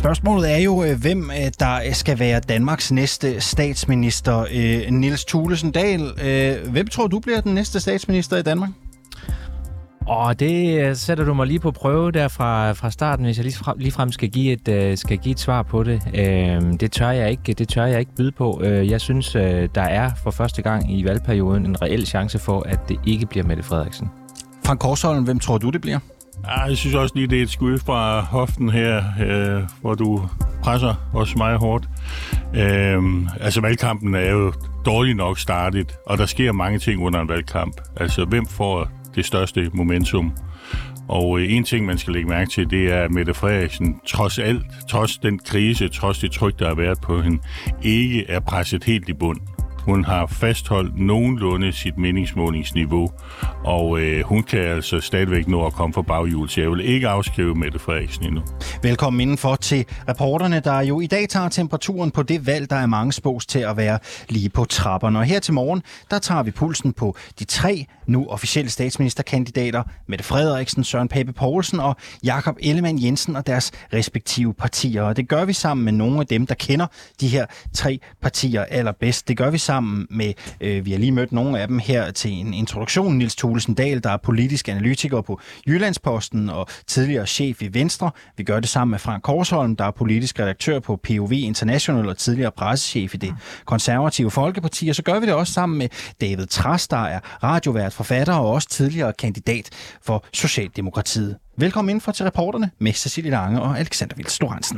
Spørgsmålet er jo, hvem der skal være Danmarks næste statsminister. Niels Thulesen Dahl, hvem tror du bliver den næste statsminister i Danmark? Det sætter du mig lige på prøve der fra starten, hvis jeg ligefrem skal give et svar på det. Det tør jeg ikke byde på. Jeg synes, der er for første gang i valgperioden en reel chance for, at det ikke bliver Mette Frederiksen. Frank Korsholm, hvem tror du, det bliver? Jeg synes også lige, det er et skud fra hoften her, hvor du presser også meget hårdt. Valgkampen er jo dårligt nok startet, og der sker mange ting under en valgkamp. Altså, hvem får det største momentum? Og en ting, man skal lægge mærke til, det er, at Mette Frederiksen, trods den krise, trods det tryk, der har været på hende, ikke er presset helt i bund. Hun har fastholdt nogenlunde sit meningsmålingsniveau, og hun kan altså stadigvæk nå at komme for baghjul, så jeg vil ikke afskrive Mette Frederiksen endnu. Velkommen indenfor til reporterne, der jo i dag tager temperaturen på det valg, der er mange spås til at være lige på trapperne. Og her til morgen, der tager vi pulsen på de 3 nu officielle statsministerkandidater, Mette Frederiksen, Søren Pape Poulsen og Jakob Ellemann-Jensen og deres respektive partier. Og det gør vi sammen med nogle af dem, der kender de her 3 partier allerbedst. Det gør vi sammen med, vi har lige mødt nogle af dem her til en introduktion. Niels Thulesen Dahl, der er politisk analytiker på Jyllandsposten og tidligere chef i Venstre. Vi gør det sammen med Frank Korsholm, der er politisk redaktør på POV International og tidligere pressechef i det konservative Folkeparti. Og så gør vi det også sammen med David Trads, der er radiovært, forfatter og også tidligere kandidat for Socialdemokratiet. Velkommen indenfor til reporterne med Cecilie Lange og Alexander Vils Lorentzen.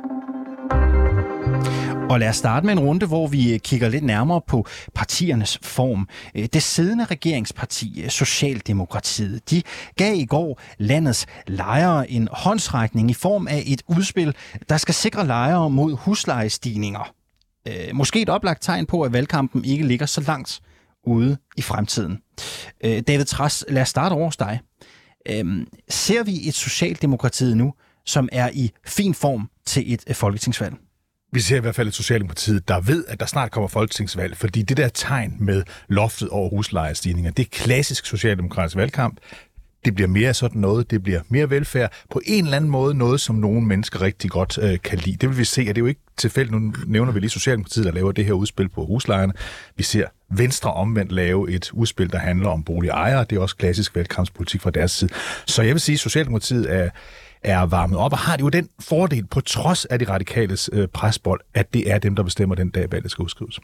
Og lad os starte med en runde, hvor vi kigger lidt nærmere på partiernes form. Det siddende regeringsparti, Socialdemokratiet, de gav i går landets lejere en håndsrækning i form af et udspil, der skal sikre lejere mod huslejestigninger. Måske et oplagt tegn på, at valgkampen ikke ligger så langt ude i fremtiden. David Trads, lad os starte over hos dig. Ser vi et Socialdemokratiet nu, som er i fin form til et folketingsvalg? Vi ser i hvert fald et Socialdemokratiet, der ved, at der snart kommer folketingsvalg, fordi det der tegn med loftet over huslejestigninger, det er klassisk socialdemokratisk valgkamp. Det bliver mere sådan noget, det bliver mere velfærd. På en eller anden måde noget, som nogle mennesker rigtig godt kan lide. Det vil vi se, og det er jo ikke tilfældigt. Nu nævner vi lige Socialdemokratiet, der laver det her udspil på huslejerne. Vi ser Venstre omvendt lave et udspil, der handler om boligejere. Det er også klassisk valgkampspolitik fra deres side. Så jeg vil sige, at Socialdemokratiet er varmet op, og har det jo den fordel, på trods af de radikales presbold, at det er dem, der bestemmer den dag, valget skal udskrives.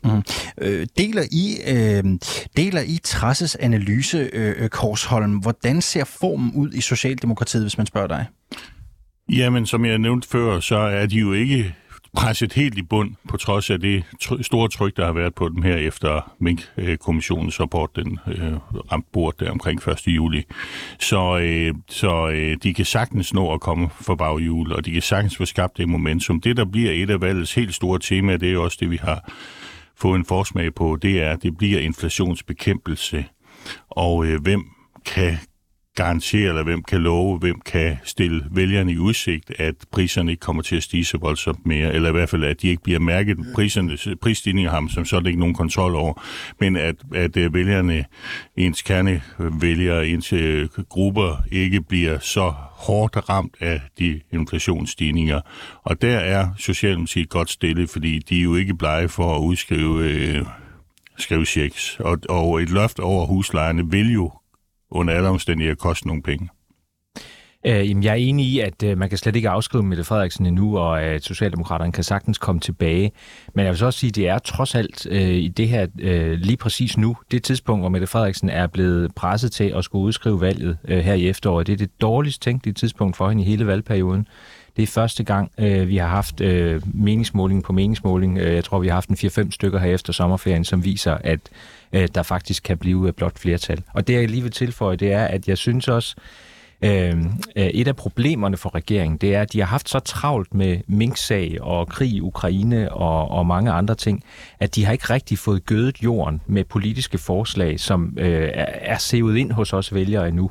Deler I Trasses analyse, Korsholm? Hvordan ser formen ud i Socialdemokratiet, hvis man spørger dig? Jamen, som jeg nævnte før, så er de jo ikke presset helt i bund, på trods af det store tryk, der har været på dem her efter Mink-kommissionens rapport, den ramte bordet der omkring 1. juli. Så de kan sagtens nå at komme for baghjul, og de kan sagtens få skabt det momentum. Det, der bliver et af valgets helt store tema, det er også det, vi har fået en forsmag på, det er, at det bliver inflationsbekæmpelse. Og hvem kan garantere, eller hvem kan love, hvem kan stille vælgerne i udsigt, at priserne ikke kommer til at stige så voldsomt mere, eller i hvert fald, at de ikke bliver mærket. Prisstigninger har man som sådan ikke nogen kontrol over, men at vælgerne, ens kernevælgere, ens grupper, ikke bliver så hårdt ramt af de inflationsstigninger. Og der er Socialdemokratiet godt stillet, fordi de er jo ikke blege for at udskrive checks. Og et loft over huslejerne vil jo under alle omstændigheder koste nogle penge. Jeg er enig i, at man kan slet ikke afskrive Mette Frederiksen endnu, og at Socialdemokraterne kan sagtens komme tilbage. Men jeg vil så også sige, at det er trods alt i det her lige præcis nu, det tidspunkt, hvor Mette Frederiksen er blevet presset til at skulle udskrive valget her i efteråret. Det er det dårligst tænkelige tidspunkt for hende i hele valgperioden. Det er første gang, vi har haft meningsmåling på meningsmåling. Jeg tror, vi har haft en 4-5 stykker her efter sommerferien, som viser, at der faktisk kan blive blot flertal. Og det, jeg lige vil tilføje, det er, at jeg synes også, et af problemerne for regeringen, det er, at de har haft så travlt med Mink-sag og krig i Ukraine og mange andre ting, at de har ikke rigtig fået gødet jorden med politiske forslag, som er sevet ind hos os vælgere endnu.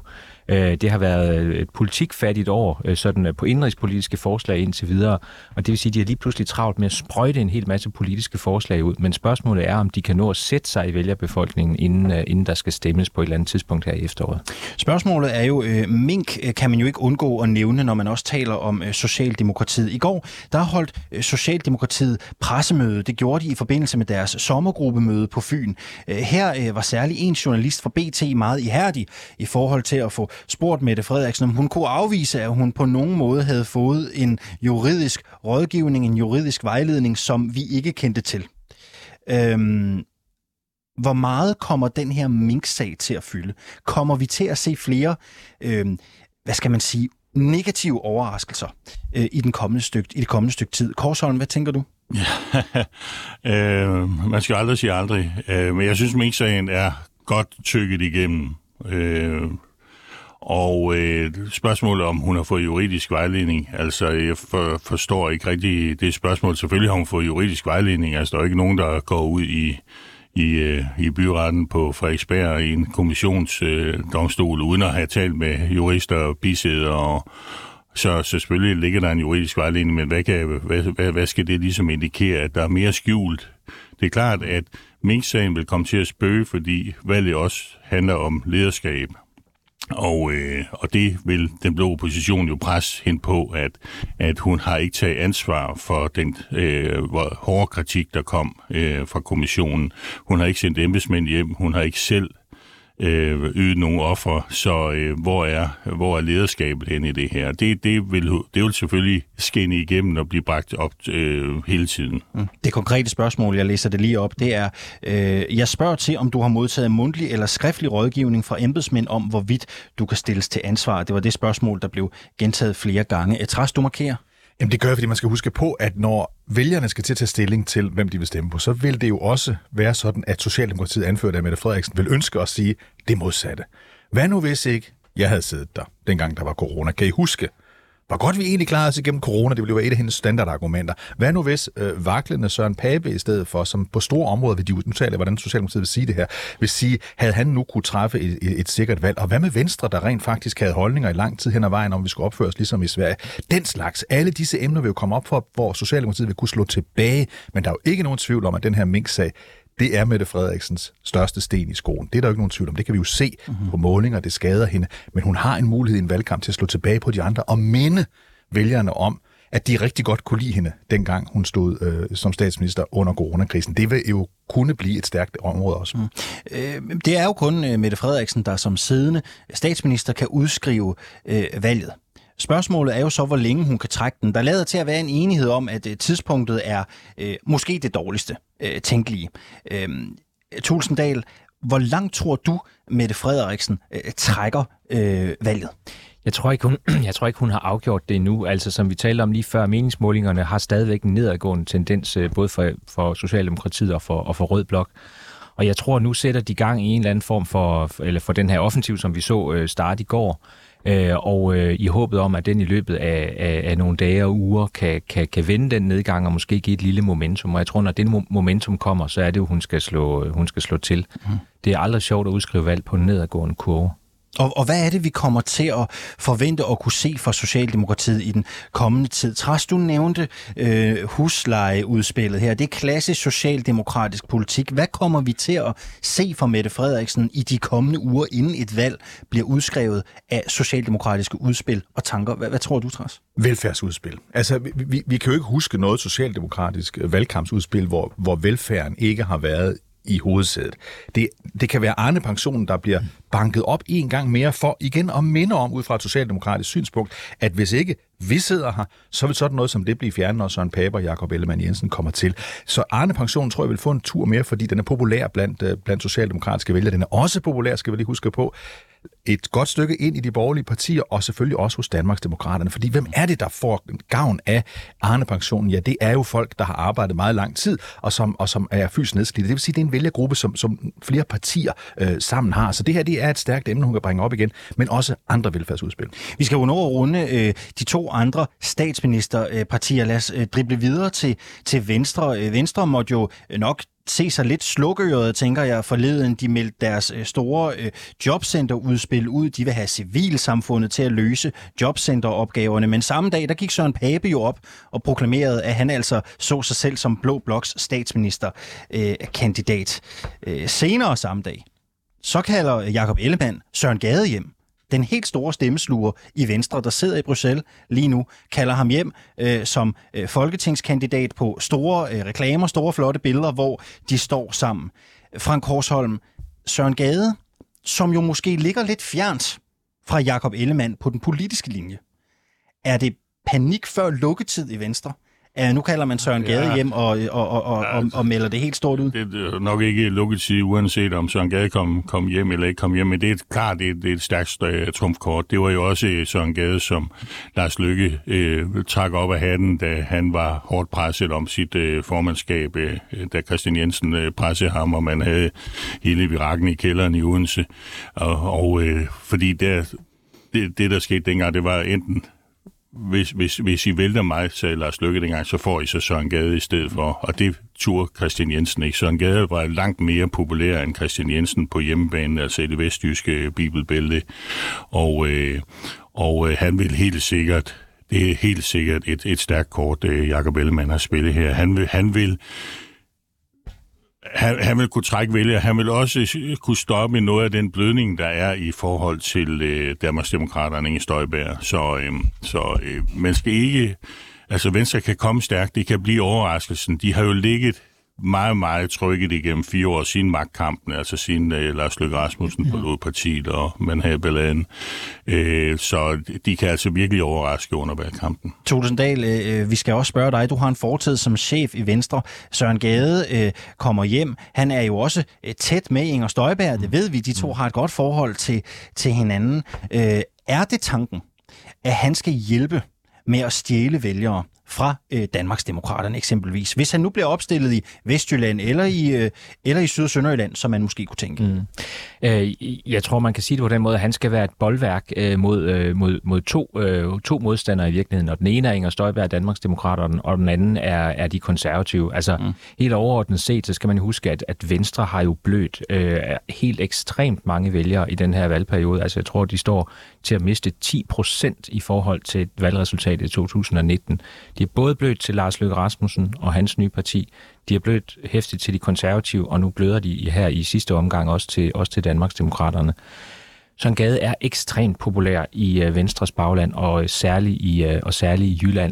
Det har været et politikfattigt år, sådan på indrigspolitiske forslag indtil videre, og det vil sige, at de har lige pludselig travlt med at sprøjte en hel masse politiske forslag ud, men spørgsmålet er, om de kan nå at sætte sig i vælgerbefolkningen, inden der skal stemmes på et eller andet tidspunkt her i efteråret. Spørgsmålet er jo, mink kan man jo ikke undgå at nævne, når man også taler om Socialdemokratiet. I går, der holdt Socialdemokratiet pressemøde. Det gjorde de i forbindelse med deres sommergruppemøde på Fyn. Her var særlig en journalist fra BT meget ihærdig i forhold til at få spurgt Mette Frederiksen, om hun kunne afvise, at hun på nogen måde havde fået en juridisk rådgivning, en juridisk vejledning, som vi ikke kendte til. Hvor meget kommer den her mink-sag til at fylde? Kommer vi til at se flere, negative overraskelser i det kommende stykke tid? Korsholm, hvad tænker du? Man skal aldrig sige aldrig, men jeg synes, mink-sagen er godt tykket igennem. Og spørgsmålet om hun har fået juridisk vejledning, altså jeg forstår ikke rigtig det spørgsmål. Selvfølgelig har hun fået juridisk vejledning, altså der er ikke nogen, der går ud i byretten på Frederiksberg i en kommissionsdomstol, uden at have talt med jurister og bisæder, og så selvfølgelig ligger der en juridisk vejledning, men hvad skal det ligesom indikere, at der er mere skjult? Det er klart, at mink-sagen vil komme til at spøge, fordi valget også handler om lederskab. Og det vil den blå opposition jo presse hende på, at hun har ikke taget ansvar for den hårde kritik, der kom fra kommissionen. Hun har ikke sendt embedsmænd hjem, hun har ikke selv ydet nogle offer, så hvor er lederskabet henne i det her? Det vil selvfølgelig skinne igennem og blive bragt op hele tiden. Det konkrete spørgsmål, jeg læser det lige op, det er, jeg spørger til, om du har modtaget mundtlig eller skriftlig rådgivning fra embedsmænd om, hvorvidt du kan stilles til ansvar. Det var det spørgsmål, der blev gentaget flere gange. Træs, du markerer? Jamen det gør jeg, fordi man skal huske på, at når vælgerne skal til at tage stilling til, hvem de vil stemme på, så vil det jo også være sådan, at Socialdemokratiet anført af Mette Frederiksen vil ønske at sige det modsatte. Hvad nu hvis ikke jeg havde siddet der, dengang der var corona? Kan I huske, hvor godt vi egentlig klarede os igennem corona? Det ville jo være et af hendes standardargumenter. Hvad nu hvis vaklende Søren Pape i stedet for, som på store områder, vil de nu tale, hvordan Socialdemokratiet vil sige det her, vil sige, havde han nu kunne træffe et sikkert valg? Og hvad med Venstre, der rent faktisk havde holdninger i lang tid hen ad vejen, om vi skulle opføre os ligesom i Sverige? Den slags. Alle disse emner vil jo komme op for, hvor Socialdemokratiet vil kunne slå tilbage. Men der er jo ikke nogen tvivl om, at den her mink-sag, det er Mette Frederiksens største sten i skoen. Det er der jo ikke nogen tvivl om. Det kan vi jo se på målinger, det skader hende. Men hun har en mulighed i en valgkamp til at slå tilbage på de andre og minde vælgerne om, at de rigtig godt kunne lide hende, dengang hun stod som statsminister under coronakrisen. Det vil jo kunne blive et stærkt område også. Det er jo kun Mette Frederiksen, der som siddende statsminister kan udskrive valget. Spørgsmålet er jo så, hvor længe hun kan trække den. Der lader til at være en enighed om, at tidspunktet er måske det dårligste tænkelige. Tulsendal, hvor langt tror du, Mette Frederiksen trækker valget? Jeg tror ikke, hun har afgjort det endnu. Altså, som vi talte om lige før, meningsmålingerne har stadigvæk en nedadgående tendens, både for Socialdemokratiet og for Rød Blok. Og jeg tror, nu sætter de gang i en eller anden form for den her offensiv, som vi så starte i går, og i håbet om, at den i løbet af nogle dage og uger kan vende den nedgang og måske give et lille momentum. Og jeg tror, når det momentum kommer, så er det jo, hun skal slå til. Det er aldrig sjovt at udskrive valg på en nedadgående kurve. Og hvad er det, vi kommer til at forvente at kunne se fra Socialdemokratiet i den kommende tid? Træs, du nævnte huslejeudspillet her. Det er klassisk socialdemokratisk politik. Hvad kommer vi til at se fra Mette Frederiksen i de kommende uger, inden et valg bliver udskrevet af socialdemokratiske udspil og tanker? Hvad tror du, Træs? Velfærdsudspil. Altså, vi kan jo ikke huske noget socialdemokratisk valgkampsudspil, hvor velfærden ikke har været i hovedsædet. Det kan være Arne-pensionen, der bliver banket op en gang mere for igen at minde om, ud fra et socialdemokratisk synspunkt, at hvis ikke vi sidder her, så vil sådan noget som det blive fjernet, når Søren Pape og Jakob Ellemann-Jensen kommer til. Så Arne-pensionen tror jeg vil få en tur mere, fordi den er populær blandt socialdemokratiske vælgere. Den er også populær, skal vi lige huske på, et godt stykke ind i de borgerlige partier, og selvfølgelig også hos Danmarksdemokraterne. Fordi hvem er det, der får gavn af Arne-pensionen? Ja, det er jo folk, der har arbejdet meget lang tid, og som er fysisk nedslidte. Det vil sige, det er en vælgergruppe, som flere partier sammen har. Så det her, det er et stærkt emne, hun kan bringe op igen, men også andre velfærdsudspil. Vi skal jo nå at runde de to andre statsministerpartier. Lad os drible videre til Venstre. Venstre måtte jo nok se sig lidt slukøret, tænker jeg, forleden. De meldte deres store jobcenterudspil ud. De vil have civilsamfundet til at løse jobcenteropgaverne. Men samme dag, der gik Søren Pape jo op og proklamerede, at han altså så sig selv som Blå Bloks statsministerkandidat. Senere samme dag, så kalder Jakob Ellemann Søren Gade hjem. Den helt store stemmesluger i Venstre, der sidder i Bruxelles lige nu, kalder ham hjem som folketingskandidat på store reklamer, store flotte billeder, hvor de står sammen. Frank Korsholm, Søren Gade, som jo måske ligger lidt fjernt fra Jakob Ellemann på den politiske linje. Er det panik før lukketid i Venstre? Nu kalder man Søren Gade hjem og melder det helt stort ud. Det er nok ikke lukketid, uanset om Søren Gade kom hjem eller ikke kom hjem, men det er klart, det er et stærkt trumfkort. Det var jo også Søren Gade, som Lars Løkke trak op af hatten, da han var hårdt presset om sit formandskab, da Christian Jensen pressede ham, og man havde hele virakken i kælderen i Odense. Og fordi det, der skete dengang, det var enten Hvis I vælter mig, sagde Lars Løkke dengang, så får I så Søren Gade i stedet for. Og det turde Christian Jensen ikke. Søren Gade var langt mere populær end Christian Jensen på hjemmebanen, altså i det vestjyske bibelbælte. Og han vil helt sikkert, det er helt sikkert et stærkt kort, Jakob Ellemann har spillet her. Han vil kunne trække vælgere. Han vil også kunne stoppe noget af den blødning, der er i forhold til Danmarksdemokraterne i Støjberg. Så man skal ikke... Altså, Venstre kan komme stærkt. Det kan blive overraskelsen. De har jo ligget meget, meget trykket igennem 4 år siden magtkampen, altså siden Lars Løkke Rasmussen forlod partiet, og man havde balladen. Så de kan altså virkelig overraske under valgkampen. Thulesen Dahl, vi skal også spørge dig. Du har en fortid som chef i Venstre. Søren Gade kommer hjem. Han er jo også tæt med Inger Støjberg. Det ved vi. De to har et godt forhold til hinanden. Er det tanken, at han skal hjælpe med at stjæle vælgere fra Danmarksdemokraterne eksempelvis, hvis han nu bliver opstillet i Vestjylland eller i Syd- og Sønderjylland, som man måske kunne tænke? Jeg tror, man kan sige det på den måde, at han skal være et bolværk mod to modstandere i virkeligheden, og den ene er Inger Støjberg, Danmarksdemokraterne, og den anden er de konservative. Altså helt overordnet set, så skal man huske, at Venstre har jo blødt helt ekstremt mange vælgere i den her valgperiode. Altså jeg tror, de står til at miste 10% i forhold til valgresultatet i 2019. De er både blødt til Lars Løkke Rasmussen og hans nye parti. De er blødt hæftigt til de konservative, og nu bløder de her i sidste omgang også til Danmarksdemokraterne. Søren Gade er ekstremt populær i Venstres bagland, og særligt i Jylland.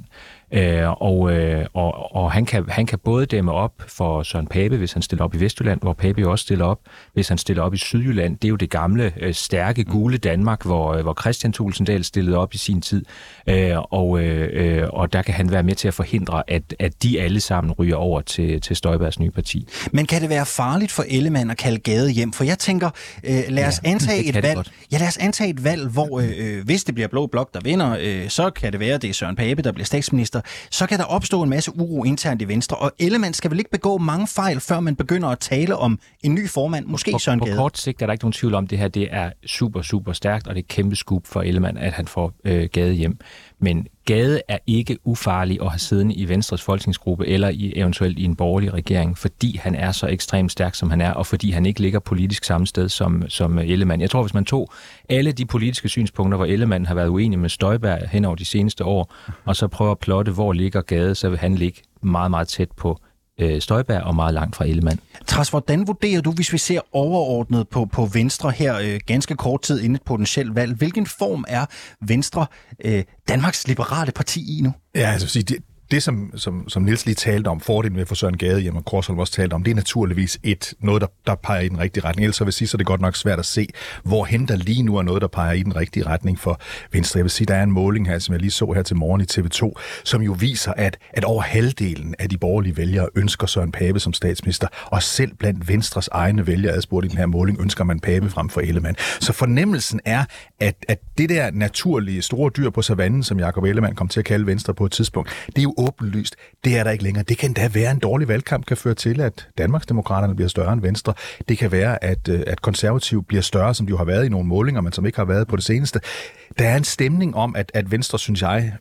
Og han kan både dæmme op for Søren Pape, hvis han stiller op i Vestjylland, hvor Pape jo også stiller op. Hvis han stiller op i Sydjylland, det er jo det gamle, stærke, gule Danmark, hvor Christian Thulesen Dahl stillede op i sin tid. Og der kan han være med til at forhindre, at de alle sammen ryger over til Støjbergs nye parti. Men kan det være farligt for Ellemann at kalde Gade hjem? For jeg tænker, lad os antage et valg, hvor hvis det bliver Blå Blok, der vinder, så kan det være, at det er Søren Pape, der bliver statsminister. Så kan der opstå en masse uro internt i Venstre, og Ellemann skal vel ikke begå mange fejl, før man begynder at tale om en ny formand, måske Søren Gade. På kort sigt er der ikke nogen tvivl om, det her det er super, super stærkt, og det er et kæmpe scoop for Ellemann, at han får Gade hjem. Men Gade er ikke ufarlig at have siddende i Venstres folketingsgruppe eller eventuelt i en borgerlig regering, fordi han er så ekstremt stærk, som han er, og fordi han ikke ligger politisk samme sted som Ellemann. Jeg tror, hvis man tog alle de politiske synspunkter, hvor Ellemann har været uenig med Støjberg hen over de seneste år, og så prøver at plotte, hvor ligger Gade, så vil han ligge meget, meget tæt på Støjberg og meget langt fra Ellemann. Tras, hvordan vurderer du, hvis vi ser overordnet på Venstre her ganske kort tid inden et potentielt valg, hvilken form er Venstre Danmarks Liberale Parti i nu? Ja, altså det som Niels lige talte om, fordelen ved at få Søren Gade hjem, og Korsholm også talte om, det er naturligvis noget, der peger i den rigtige retning. Ellers så vil jeg sige, så er det godt nok svært at se, hvorhen der lige nu er noget, der peger i den rigtige retning for Venstre. Jeg vil sige, der er en måling her, som jeg lige så her til morgen i TV2, som jo viser, at over halvdelen af de borgerlige vælgere ønsker Søren Pape som statsminister, og selv blandt Venstres egne vælgere, adspurgt i den her måling, ønsker man Pape frem for Ellemann. Så fornemmelsen er, at det der naturlige store dyr på savannen, som Jakob Ellemann kom til at kalde Venstre på et tidspunkt, det er jo åbenlyst. Det er der ikke længere. Det kan da være, en dårlig valgkamp kan føre til, at Danmarksdemokraterne bliver større end Venstre. Det kan være, at konservative bliver større, som de jo har været i nogle målinger, men som ikke har været på det seneste. Der er en stemning om, at Venstre, synes jeg,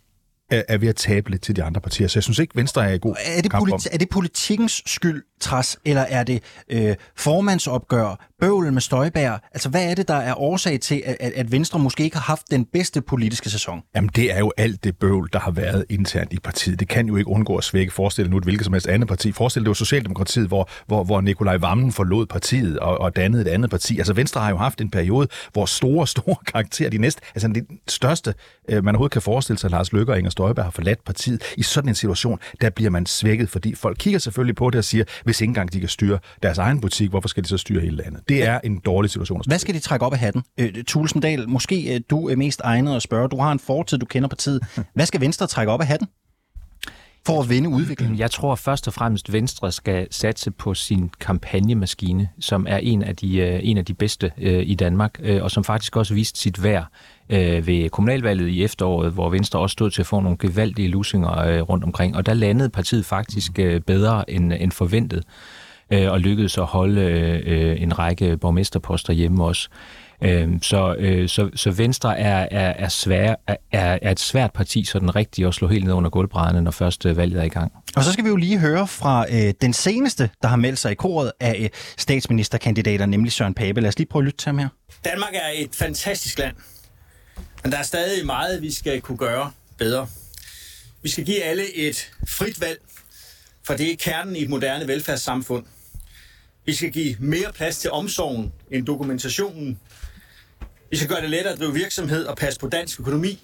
er ved at tabe lidt til de andre partier. Så jeg synes ikke, Venstre er i god kamp om. Er det politikkens skyld, Træs, eller er det formandsopgør, bøvl med Støjberg? Altså, hvad er det, der er årsag til, at Venstre måske ikke har haft den bedste politiske sæson? Jamen, det er jo alt det bøvl, der har været internt i partiet. Det kan jo ikke undgå at svække. Forestil nu et hvilket som helst andet parti. Forestil det var Socialdemokratiet, hvor Nikolaj Wammen forlod partiet og dannede et andet parti. Altså, Venstre har jo haft en periode, hvor store karakterer, det største, man overhovedet kan forestille sig, Lars Løkke og Inger Støjberg har forladt partiet. I sådan en situation, der bliver man svækket, fordi folk kigger selvfølgelig på det og siger, hvis ikke engang de kan styre deres egen butik, hvorfor skal de så styre hele landet? Det er en dårlig situation. Hvad skal de trække op af hatten? Thulesen måske du er mest egnet at spørge. Du har en fortid, du kender partiet. Hvad skal Venstre trække op af hatten for at vende udviklingen? Jeg tror først og fremmest, Venstre skal satse på sin kampagnemaskine, som er en af de bedste i Danmark, og som faktisk også viste sit værd ved kommunalvalget i efteråret, hvor Venstre også stod til at få nogle gevaldige lussinger rundt omkring. Og der landede partiet faktisk bedre end forventet, og lykkedes at holde en række borgmesterposter hjemme også. Så Venstre er et svært parti, så den rigtigt at slå helt ned under gulvbrædderne, når først valget er i gang. Og så skal vi jo lige høre fra den seneste, der har meldt sig i koret af statsministerkandidater, nemlig Søren Pape. Lad os lige prøve at lytte til ham her. Danmark er et fantastisk land, men der er stadig meget, vi skal kunne gøre bedre. Vi skal give alle et frit valg, for det er kernen i et moderne velfærdssamfund. Vi skal give mere plads til omsorgen end dokumentationen. Vi skal gøre det lettere at drive virksomhed og passe på dansk økonomi.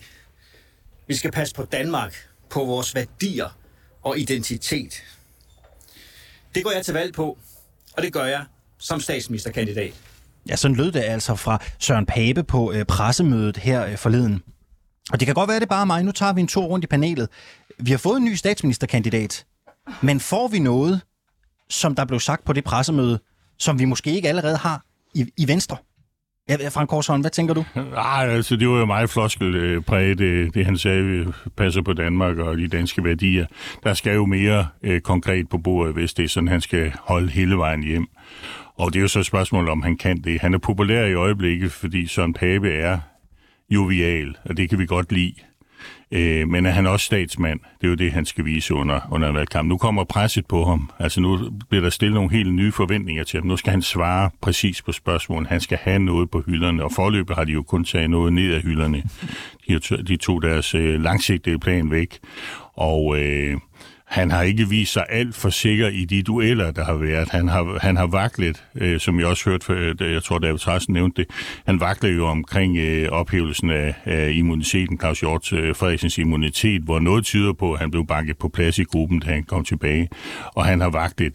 Vi skal passe på Danmark, på vores værdier og identitet. Det går jeg til valg på, og det gør jeg som statsministerkandidat. Ja, sådan lød det altså fra Søren Pape på pressemødet her forleden. Og det kan godt være, det er bare mig. Nu tager vi en tur rundt i panelet. Vi har fået en ny statsministerkandidat, men får vi noget, som der blev sagt på det pressemøde, som vi måske ikke allerede har i Venstre? Ja, Frank Korsholm, hvad tænker du? Altså, det var jo meget floskelpræget, det han sagde, vi passer på Danmark og de danske værdier. Der skal jo mere konkret på bordet, hvis det er sådan, han skal holde hele vejen hjem. Og det er jo så et spørgsmål, om han kan det. Han er populær i øjeblikket, fordi Søren Pape er jovial, og det kan vi godt lide. Men er han også statsmand? Det er jo det, han skal vise under en valgkamp. Nu kommer presset på ham. Altså nu bliver der stillet nogle helt nye forventninger til ham. Nu skal han svare præcis på spørgsmålet. Han skal have noget på hylderne, og forløbet har de jo kun taget noget ned af hylderne. De tog deres langsigtede plan væk, og han har ikke vist sig alt for sikker i de dueller, der har været. Han har vaklet, som jeg også hørte, jeg tror, David Træssen nævnte det, han vaklede jo omkring ophævelsen af immuniteten, Claus Hjort Frederiksens immunitet, hvor noget tyder på, at han blev banket på plads i gruppen, da han kom tilbage. Og han har vaklet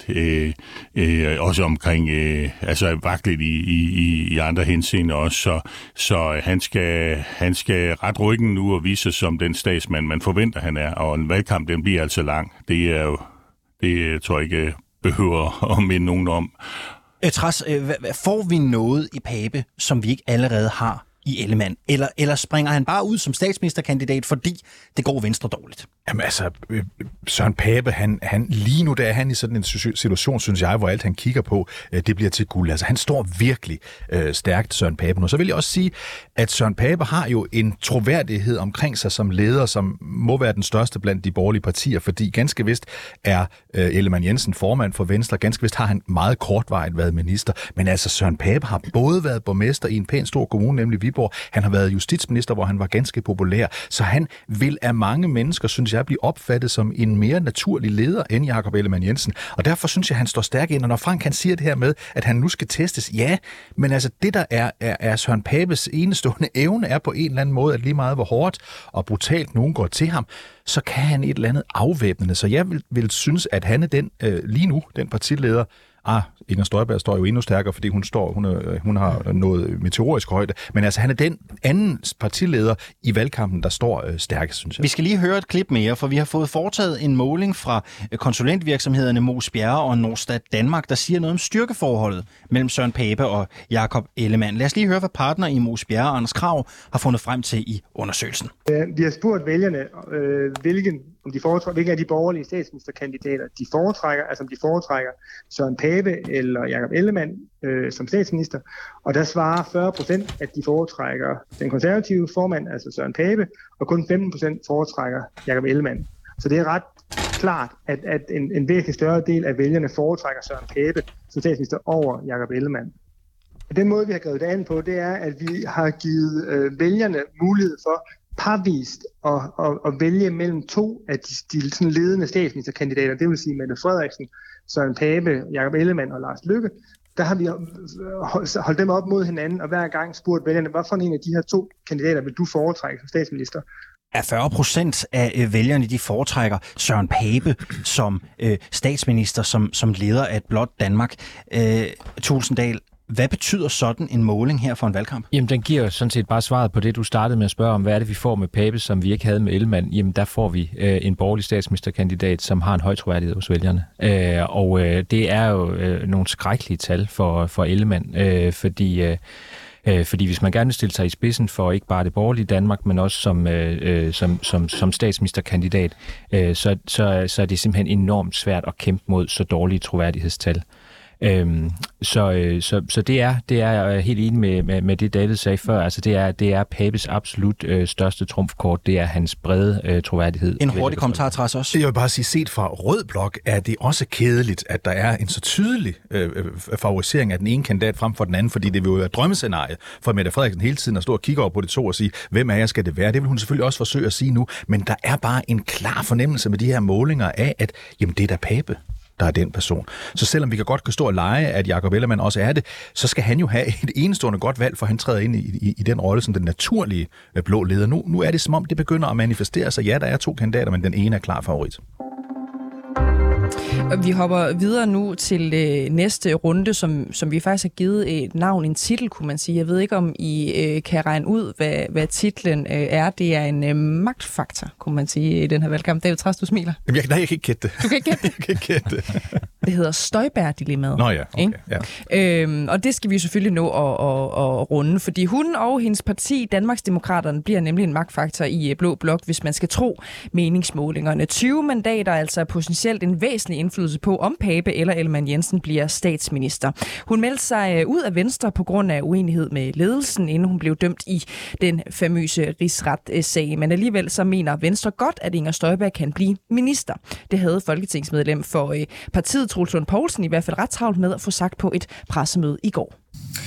også omkring, vaklet i andre henseender også, så han skal ret ryggen nu og vise sig som den statsmand, man forventer, han er. Og en valgkamp, den bliver altså lang. Det tror jeg ikke behøver at minde nogen om. Træs, får vi noget i Pape, som vi ikke allerede har i Ellemann? Eller springer han bare ud som statsministerkandidat, fordi det går Venstre dårligt? Jamen altså, Søren Pape, han lige nu der er han i sådan en situation, synes jeg, hvor alt han kigger på, det bliver til guld. Altså han står virkelig stærkt, Søren Pape. Og så vil jeg også sige, at Søren Pape har jo en troværdighed omkring sig som leder, som må være den største blandt de borgerlige partier, fordi ganske vist er Ellemann Jensen formand for Venstre, ganske vist har han meget kortvarigt været minister, men altså Søren Pape har både været borgmester i en pæn stor kommune, nemlig Viborg, han har været justitsminister, hvor han var ganske populær, så han vil af mange mennesker, synes jeg, blive opfattet som en mere naturlig leder end Jakob Ellemann Jensen. Og derfor synes jeg, han står stærk ind. Og når Frank han siger det her med, at han nu skal testes, ja, men altså det, der er Søren Papes enestående evne, er på en eller anden måde, at lige meget hvor hårdt og brutalt nogen går til ham, så kan han et eller andet afvæbnende. Så jeg vil synes, at han er den, lige nu, den partileder. Inger Støjberg står jo endnu stærkere, fordi hun har noget meteorisk højde. Men altså, han er den anden partileder i valgkampen, der står stærkest, synes jeg. Vi skal lige høre et klip mere, for vi har fået foretaget en måling fra konsulentvirksomhederne Moos Bjerre og Norstat Danmark, der siger noget om styrkeforholdet mellem Søren Pape og Jakob Ellemann. Lad os lige høre, hvad partner i Moos Bjerre, Anders Krag, har fundet frem til i undersøgelsen. Vi har spurgt vælgerne, hvilken hvilke af de borgerlige statsministerkandidater de foretrækker, altså om de foretrækker Søren Pape eller Jakob Ellemann som statsminister, og der svarer 40%, at de foretrækker den konservative formand, altså Søren Pape, og kun 15% foretrækker Jakob Ellemann. Så det er ret klart, at en væsentlig større del af vælgerne foretrækker Søren Pape som statsminister over Jakob Ellemann. Den måde, vi har grebet det an på, det er, at vi har givet vælgerne mulighed for parvist at vælge mellem to af de sådan ledende statsministerkandidater, det vil sige Mette Frederiksen, Søren Pape, Jakob Ellemann og Lars Løkke. Der har vi holdt dem op mod hinanden, og hver gang spurgt vælgerne, hvad for en af de her to kandidater vil du foretrække som statsminister? Er 40% af vælgerne, de foretrækker Søren Pape som statsminister, som leder af et blot Danmark. Tulsendal, hvad betyder sådan en måling her for en valgkamp? Jamen, den giver jo sådan set bare svaret på det, du startede med at spørge om. Hvad er det, vi får med Pape, som vi ikke havde med Ellemann? Jamen, der får vi en borgerlig statsministerkandidat, som har en høj troværdighed hos vælgerne. Og det er jo nogle skrækkelige tal for Ellemann, fordi hvis man gerne vil stille sig i spidsen for ikke bare det borgerlige Danmark, men også som statsministerkandidat, så er det simpelthen enormt svært at kæmpe mod så dårlige troværdighedstal. Så det er jeg helt enig med det, David sagde før. Altså det er Papes absolut største trumfkort. Det er hans brede troværdighed. En hurtig kommentar, Træs også. Jeg vil bare sige, set fra rød blok er det også kedeligt, at der er en så tydelig favorisering af den ene kandidat frem for den anden, fordi det vil jo være drømmescenariet for Mette Frederiksen hele tiden at stå og kigge over på de to og sige, hvem af jer skal det være? Det vil hun selvfølgelig også forsøge at sige nu, men der er bare en klar fornemmelse med de her målinger af, at jamen, det er da Pape, der er den person. Så selvom vi kan godt stå og lege, at Jakob Ellemann også er det, så skal han jo have et enestående godt valg, for han træder ind i den rolle som den naturlige blå leder. Nu er det som om, det begynder at manifestere sig. Ja, der er to kandidater, men den ene er klar favorit. Vi hopper videre nu til næste runde, som vi faktisk har givet et navn, en titel, kunne man sige. Jeg ved ikke, om I kan regne ud, hvad titlen er. Det er en magtfaktor, kunne man sige, i den her valgkamp. David Træs, du smiler. Jamen, jeg kan ikke gætte det. Du kan ikke gætte det? Jeg kan ikke gætte det. Det hedder Støjberg-dilemmaet. Nå ja, okay. Ja. Og det skal vi selvfølgelig nå at runde, fordi hun og hendes parti, Danmarksdemokraterne, bliver nemlig en magtfaktor i Blå Blok, hvis man skal tro meningsmålingerne. 20 mandater, altså potentielt en væsentlig indflydelse på, om Pape eller Ellemann Jensen bliver statsminister. Hun meldte sig ud af Venstre på grund af uenighed med ledelsen, inden hun blev dømt i den famøse rigsretssag. Men alligevel så mener Venstre godt, at Inger Støjberg kan blive minister. Det havde folketingsmedlem for partiet Troels Lund Poulsen i hvert fald ret travlt med at få sagt på et pressemøde i går.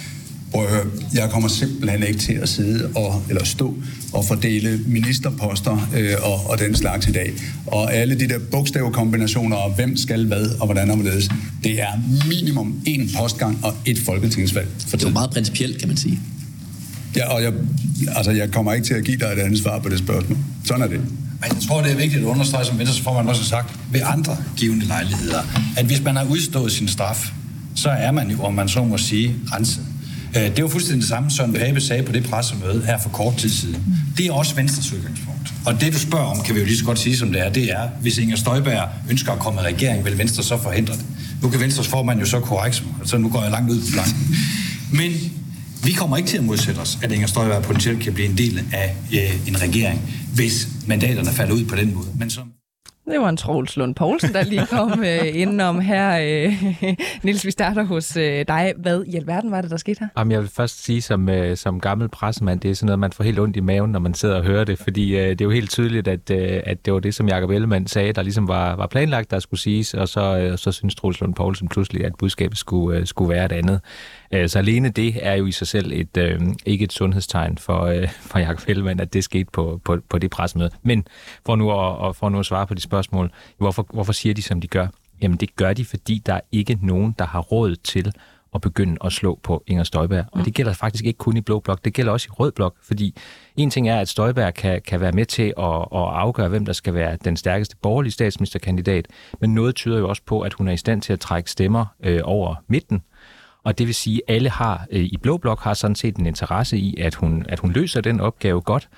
Jeg kommer simpelthen ikke til at sidde eller stå og fordele ministerposter og den slags i dag. Og alle de der bogstavkombinationer og hvem skal hvad og hvordan og hvorledes, det er minimum 1 postgang og 1 folketingsvalg. Det er jo meget principielt, kan man sige. Ja, og jeg kommer ikke til at give dig et andet svar på det spørgsmål. Sådan er det. Men jeg tror, det er vigtigt at understrege, som Venstreformand også har sagt, ved andre givende lejligheder, at hvis man har udstået sin straf, så er man jo, om man så må sige, renset. Det var fuldstændig det samme, Søren Pape sagde på det pressemøde her for kort tid siden. Det er også Venstres udgangspunkt. Og det, du spørger om, kan vi jo lige så godt sige, som det er, hvis Inger Støjberg ønsker at komme i regering, vil Venstre så forhindre det. Nu kan Venstres formand jo så korrekt, så nu går jeg langt ud på flanken. Men vi kommer ikke til at modsætte os, at Inger Støjberg potentielt kan blive en del af en regering, hvis mandaterne falder ud på den måde. Men som det var en Troels Lund Poulsen, der lige kom indenom her. Niels, vi starter hos dig. Hvad i alverden var det, der skete her? Jamen, jeg vil først sige, som gammel pressemand, det er sådan noget, man får helt ondt i maven, når man sidder og hører det, fordi det er jo helt tydeligt, at det var det, som Jakob Ellemann sagde, der ligesom var planlagt, der skulle siges, og så synes Troels Lund Poulsen pludselig, at budskabet skulle være et andet. Så alene det er jo i sig selv ikke et sundhedstegn for Jakob Ellemann, at det skete på det pressemøde. Men for nu at svare på de spørgsmål, hvorfor siger de, som de gør? Jamen det gør de, fordi der er ikke nogen, der har råd til at begynde at slå på Inger Støjberg. Og det gælder faktisk ikke kun i Blå Blok, det gælder også i Rød Blok, fordi en ting er, at Støjberg kan være med til at afgøre, hvem der skal være den stærkeste borgerlige statsministerkandidat, men noget tyder jo også på, at hun er i stand til at trække stemmer over midten. Og det vil sige, at alle i Blå Blok har sådan set en interesse i, at hun løser den opgave godt,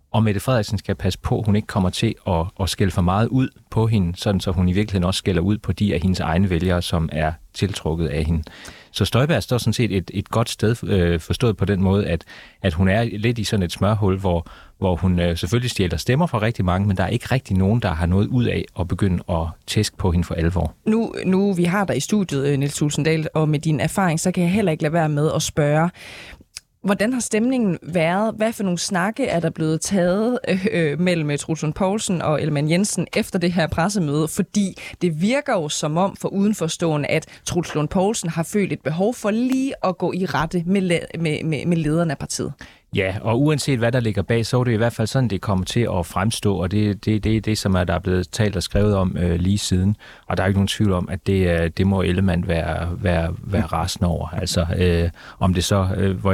og Mette Frederiksen skal passe på, at hun ikke kommer til at skælde for meget ud på hende, sådan så hun i virkeligheden også skælder ud på de af hendes egne vælgere, som er tiltrukket af hende. Så Støjberg står sådan set et godt sted forstået på den måde, at hun er lidt i sådan et smørhul, hvor hun selvfølgelig stjæler stemmer fra rigtig mange, men der er ikke rigtig nogen, der har noget ud af at begynde at tæske på hende for alvor. Nu vi har dig i studiet, Niels Thulesen og med din erfaring, så kan jeg heller ikke lade være med at spørge, hvordan har stemningen været? Hvad for nogle snakke er der blevet taget mellem Troels Lund Poulsen og Ellemann Jensen efter det her pressemøde? Fordi det virker jo som om for udenforstående, at Troels Lund Poulsen har følt et behov for lige at gå i rette med lederen af partiet. Ja, og uanset hvad der ligger bag, så er det i hvert fald sådan, det kommer til at fremstå, og det er det, som der er blevet talt og skrevet om lige siden. Og der er ikke nogen tvivl om, at det må Ellemann være rasende over. Altså, om det så,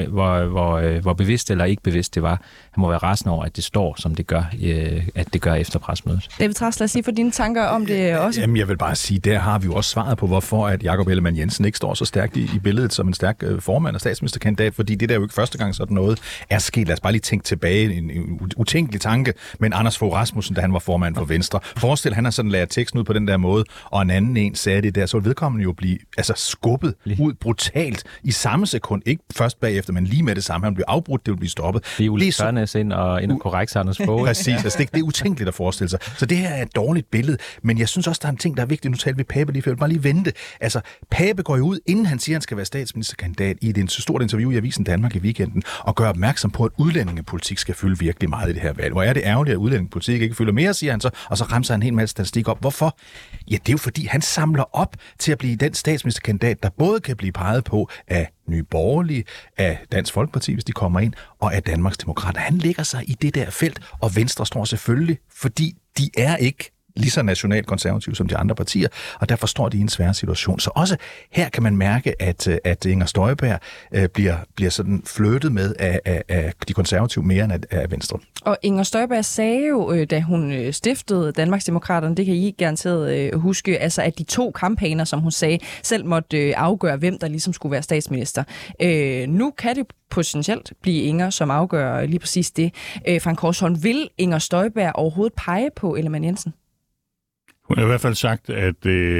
hvor bevidst eller ikke bevidst det var, han må være rasende over, at det står, som det gør, at det gør efter pressemødet. David Trads, lad os sige for dine tanker om det også. Jamen, jeg vil bare sige, der har vi jo også svaret på, hvorfor at Jakob Ellemann Jensen ikke står så stærkt i billedet som en stærk formand og statsministerkandidat, fordi det der jo ikke første gang sådan noget er sket. Lad os bare lige tænke tilbage, en utænkelig tanke, men Anders Fogh Rasmussen, da han var formand for Venstre. Forestil, han har sådan lært teksten ud på den der måde, og en anden en sagde det der, så vil vedkommende jo blive skubbet ud brutalt i samme sekund. Ikke først bagefter, men lige med det samme. Han bliver afbrudt, det vil blive stoppet. Det er Ulle Tørnæs ind og korrekt Anders Fogh. Præcis, altså det er utænkeligt at forestille sig. Så det her er et dårligt billede, men jeg synes også, der er en ting, der er vigtig. Nu taler vi Pape lige før. Jeg vil bare lige vente. Altså, Pape går jo ud, inden han siger, han skal være statsministerkandidat, i et stort interview i Avisen Danmark i weekenden, og gør opmærksom på, at udlændingepolitik skal fylde virkelig meget i det her valg. Hvor er det ærgerligt, at udlændingepolitik ikke fylder mere, siger han så, og så ramser han en hel masse statistik op. Hvorfor? Ja, det er jo fordi, han samler op til at blive den statsministerkandidat, der både kan blive peget på af Nye Borgerlige, af Dansk Folkeparti, hvis de kommer ind, og af Danmarks Demokrater. Han lægger sig i det der felt, og Venstre står selvfølgelig, fordi de er ikke lige så nationalkonservative som de andre partier, og derfor står de i en svær situation. Så også her kan man mærke, at Inger Støjberg bliver sådan flyttet med af de konservative mere end af Venstre. Og Inger Støjberg sagde jo, da hun stiftede Danmarksdemokraterne, det kan I garanteret huske, altså at de 2 kampagner, som hun sagde, selv måtte afgøre, hvem der ligesom skulle være statsminister. Nu kan det potentielt blive Inger, som afgør lige præcis det. Frank Korsholm, vil Inger Støjberg overhovedet pege på Ellemann Jensen? Hun har i hvert fald sagt, at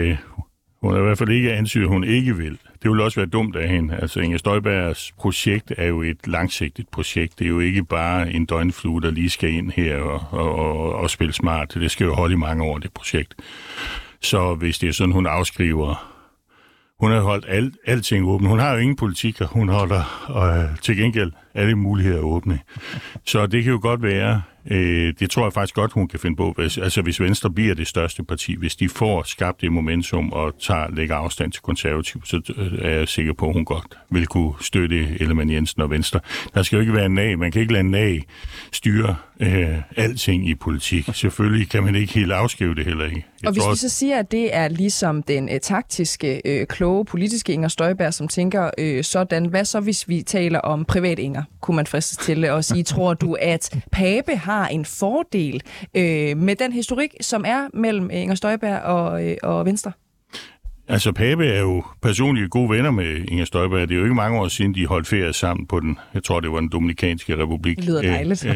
hun har i hvert fald ikke antydet, at hun ikke vil. Det vil også være dumt af hende. Altså, Inger Støjbergs projekt er jo et langsigtet projekt. Det er jo ikke bare en døgnflue, der lige skal ind her og spille smart. Det skal jo holde i mange år, det projekt. Så hvis det er sådan, hun afskriver... Hun har holdt alting åbent. Hun har jo ingen politik, og hun holder til gengæld alle muligheder åbne. Så det kan jo godt være... det tror jeg faktisk godt, hun kan finde på. Altså, hvis Venstre bliver det største parti, hvis de får skabt det momentum og lægger afstand til konservativ, så er jeg sikker på, at hun godt vil kunne støtte Ellemann Jensen og Venstre. Der skal jo ikke være en nag. Man kan ikke lade en nag styre alting i politik. Selvfølgelig kan man ikke helt afskrive det heller ikke. Og hvis vi så siger, at det er ligesom den taktiske, kloge, politiske Inger Støjberg, som tænker sådan, hvad så hvis vi taler om privat Inger, kunne man fristes til at sige, tror du, at Pape har en fordel med den historik, som er mellem Inger Støjberg og Venstre? Altså, Pape er jo personligt gode venner med Inger Støjberg. Det er jo ikke mange år siden, de holdt ferie sammen på den, jeg tror, det var den Dominikanske Republik. Det lyder dejligt.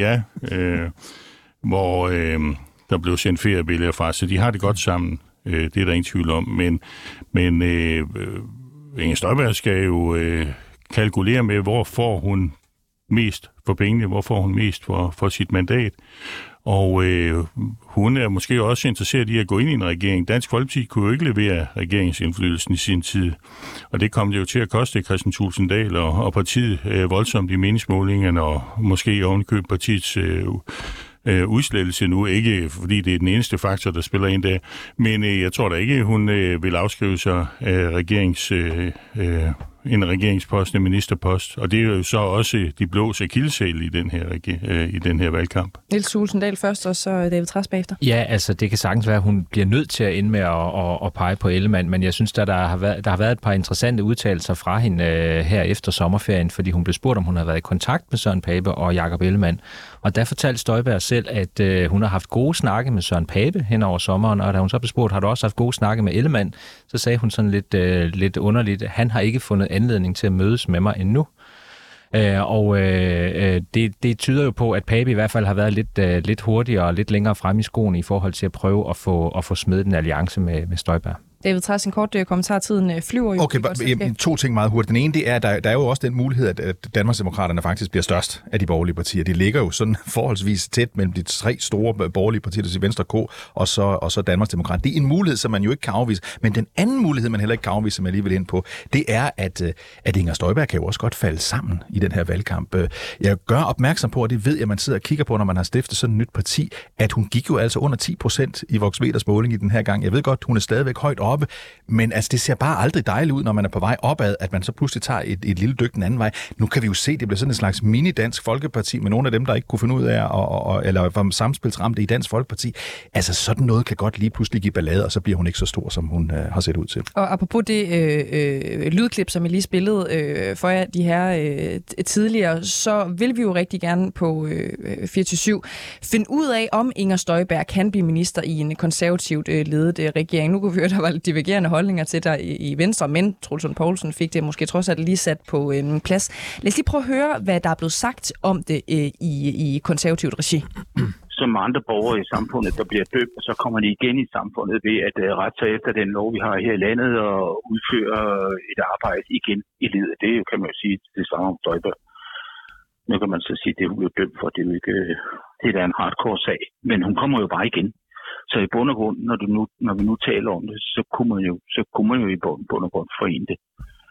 Hvor der blev sendt feriebilleder fra, så de har det godt sammen. Det er der ingen tvivl om. Men Inger Støjberg skal jo kalkulere med, hvor får hun mest for pengene, hvor får hun mest for sit mandat. Og hun er måske også interesseret i at gå ind i en regering. Dansk Folkeparti kunne jo ikke levere regeringsindflydelsen i sin tid. Og det kom det jo til at koste Kristian Thulesen Dahl og partiet voldsomt i meningsmålingerne, og måske ovenikøbet partiets udslettelse nu. Ikke fordi det er den eneste faktor, der spiller ind der. Men jeg tror da ikke, hun vil afskrive sig en regeringspost, en ministerpost. Og det er jo så også de blås akilleshæl i den her valgkamp. Niels Thulesen Dahl først, og så David Trads bagefter. Ja, altså det kan sagtens være, at hun bliver nødt til at ende med at pege på Ellemann, men jeg synes, der har været et par interessante udtalelser fra hende her efter sommerferien, fordi hun blev spurgt, om hun har været i kontakt med Søren Pape og Jakob Ellemann. Og der fortalte Støjberg selv, at hun har haft gode snakke med Søren Pape hen over sommeren, og da hun så blev spurgt, har du også haft gode snakke med Ellemann, så sagde hun sådan lidt underligt, han har ikke fundet anledning til at mødes med mig endnu. Det tyder jo på, at Pape i hvert fald har været lidt hurtigere og lidt længere frem i skoene i forhold til at prøve at få smidt en alliance med Støjberg. David Trads, en kort kommentar. Tiden flyver jo. Okay, to ting meget hurtigt. Den ene, det er, at der er jo også den mulighed, at Danmarksdemokraterne faktisk bliver størst af de borgerlige partier. De ligger jo sådan forholdsvis tæt mellem de 3 store borgerlige partier, der siger Venstre, K, og så Danmarksdemokraterne. Det er en mulighed, som man jo ikke kan afvise. Men den anden mulighed, man heller ikke kan afvise, som jeg alligevel ind på, det er, at Inger Støjberg kan jo også godt falde sammen i den her valgkamp. Jeg gør opmærksom på, og det ved jeg, man sidder og kigger på, når man har stiftet sådan et nyt parti, at hun gik jo altså under 10% i Vox Veters måling i den her gang. Jeg ved godt, hun er stadigvæk højt oppe, men altså, det ser bare aldrig dejligt ud, når man er på vej opad, at man så pludselig tager et lille dyk den anden vej. Nu kan vi jo se, det bliver sådan en slags mini-dansk folkeparti med nogle af dem, der ikke kunne finde ud af, eller var samspilsramte i Dansk Folkeparti. Altså, sådan noget kan godt lige pludselig give ballade, og så bliver hun ikke så stor, som hun har set ud til. Og apropos det lydklip, som jeg lige spillede for jer de her tidligere, så vil vi jo rigtig gerne på 24/7 finde ud af, om Inger Støjberg kan blive minister i en konservativt ledet regering. Nu kunne vi høre, der var lidt divergerende holdninger til dig i Venstre, men Troels Lund Poulsen fik det måske trods alt lige sat på en plads. Lad os lige prøve at høre, hvad der er blevet sagt om det i konservativt regi. Som andre borgere i samfundet, der bliver dømt, så kommer de igen i samfundet ved at rette sig efter den lov, vi har her i landet, og udføre et arbejde igen i livet. Det kan man jo sige, det samme om Støjberg. Nu kan man så sige, det hun blev dømt for, det er jo ikke, det er en hardcore sag. Men hun kommer jo bare igen. Så i bund og grund, når vi nu taler om det, så kunne man jo i bund og grund forene det.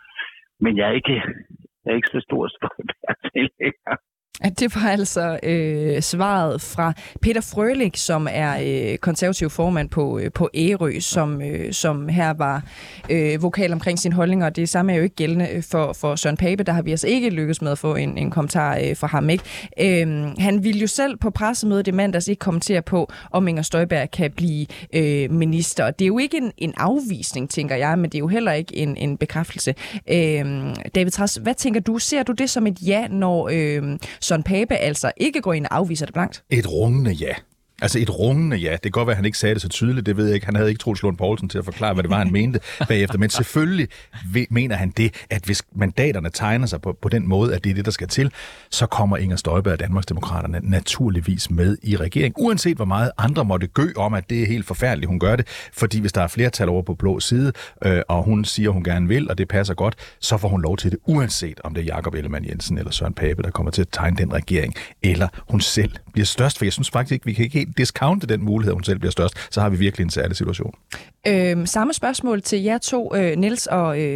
Men jeg er ikke så stor Støjberg. Det var altså svaret fra Peter Frølich, som er konservativ formand på Ærø, som her var vokal omkring sine holdninger. Det samme er jo ikke gældende for Søren Pape. Der har vi altså ikke lykkes med at få en kommentar fra ham. Ikke? Han ville jo selv på pressemødet i mandags ikke kommentere på, om Inger Støjberg kan blive minister. Det er jo ikke en afvisning, tænker jeg, men det er jo heller ikke en bekræftelse. David Trads, hvad tænker du? Ser du det som et ja, når Søren Pape altså ikke går ind og afviser det blankt? Et rungende ja. Altså et rungende ja. Det kan godt være, at han ikke sagde det så tydeligt, det ved jeg ikke. Han havde ikke Troels Lund Poulsen til at forklare, hvad det var, han mente bagefter. Men selvfølgelig mener han det, at hvis mandaterne tegner sig på den måde, at det er det, der skal til, så kommer Inger Støjberg og Danmarksdemokraterne naturligvis med i regeringen. Uanset hvor meget andre måtte gø om, at det er helt forfærdeligt, hun gør det. Fordi hvis der er flertal over på blå side, og hun siger, hun gerne vil, og det passer godt, så får hun lov til det, uanset om det er Jakob Ellemann-Jensen eller Søren Pape, der kommer til at tegne den regering, eller hun selv bliver størst. For jeg synes faktisk ikke, vi kan ikke helt discounte den mulighed, at hun selv bliver størst, så har vi virkelig en særlig situation. Samme spørgsmål til jer to, Niels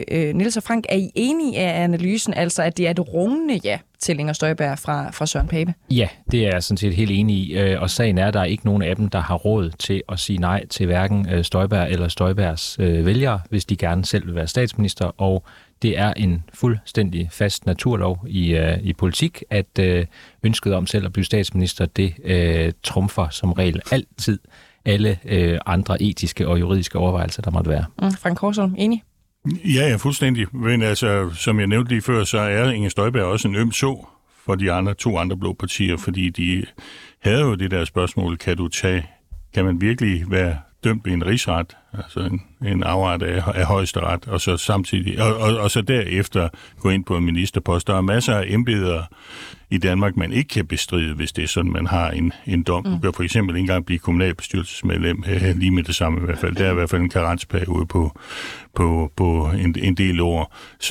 og Frank. Er I enige af analysen, altså at det er et rungende ja til Inger Støjberg fra Søren Pape? Ja, det er jeg sådan set helt enig i, og sagen er, at der er ikke nogen af dem, der har råd til at sige nej til hverken Støjberg eller Støjbergs vælgere, hvis de gerne selv vil være statsminister, og det er en fuldstændig fast naturlov i politik, at ønsket om selv at blive statsminister, det trumfer som regel altid alle andre etiske og juridiske overvejelser, der måtte være. Frank Korsholm, enig? Ja, fuldstændig. Men altså, som jeg nævnte lige før, så er Inger Støjberg også en øm så for de to andre blå partier, fordi de havde jo det der spørgsmål, kan man virkelig være dømt ved en rigsret, altså en afret af højesteret, og så samtidig, og så derefter gå ind på en ministerpost. Der er masser af embeder i Danmark, man ikke kan bestride, hvis det er sådan, man har en dom. Du kan for eksempel ikke engang blive kommunalbestyrelsesmedlem lige med det samme i hvert fald. Der er i hvert fald en karensperiode på en del år.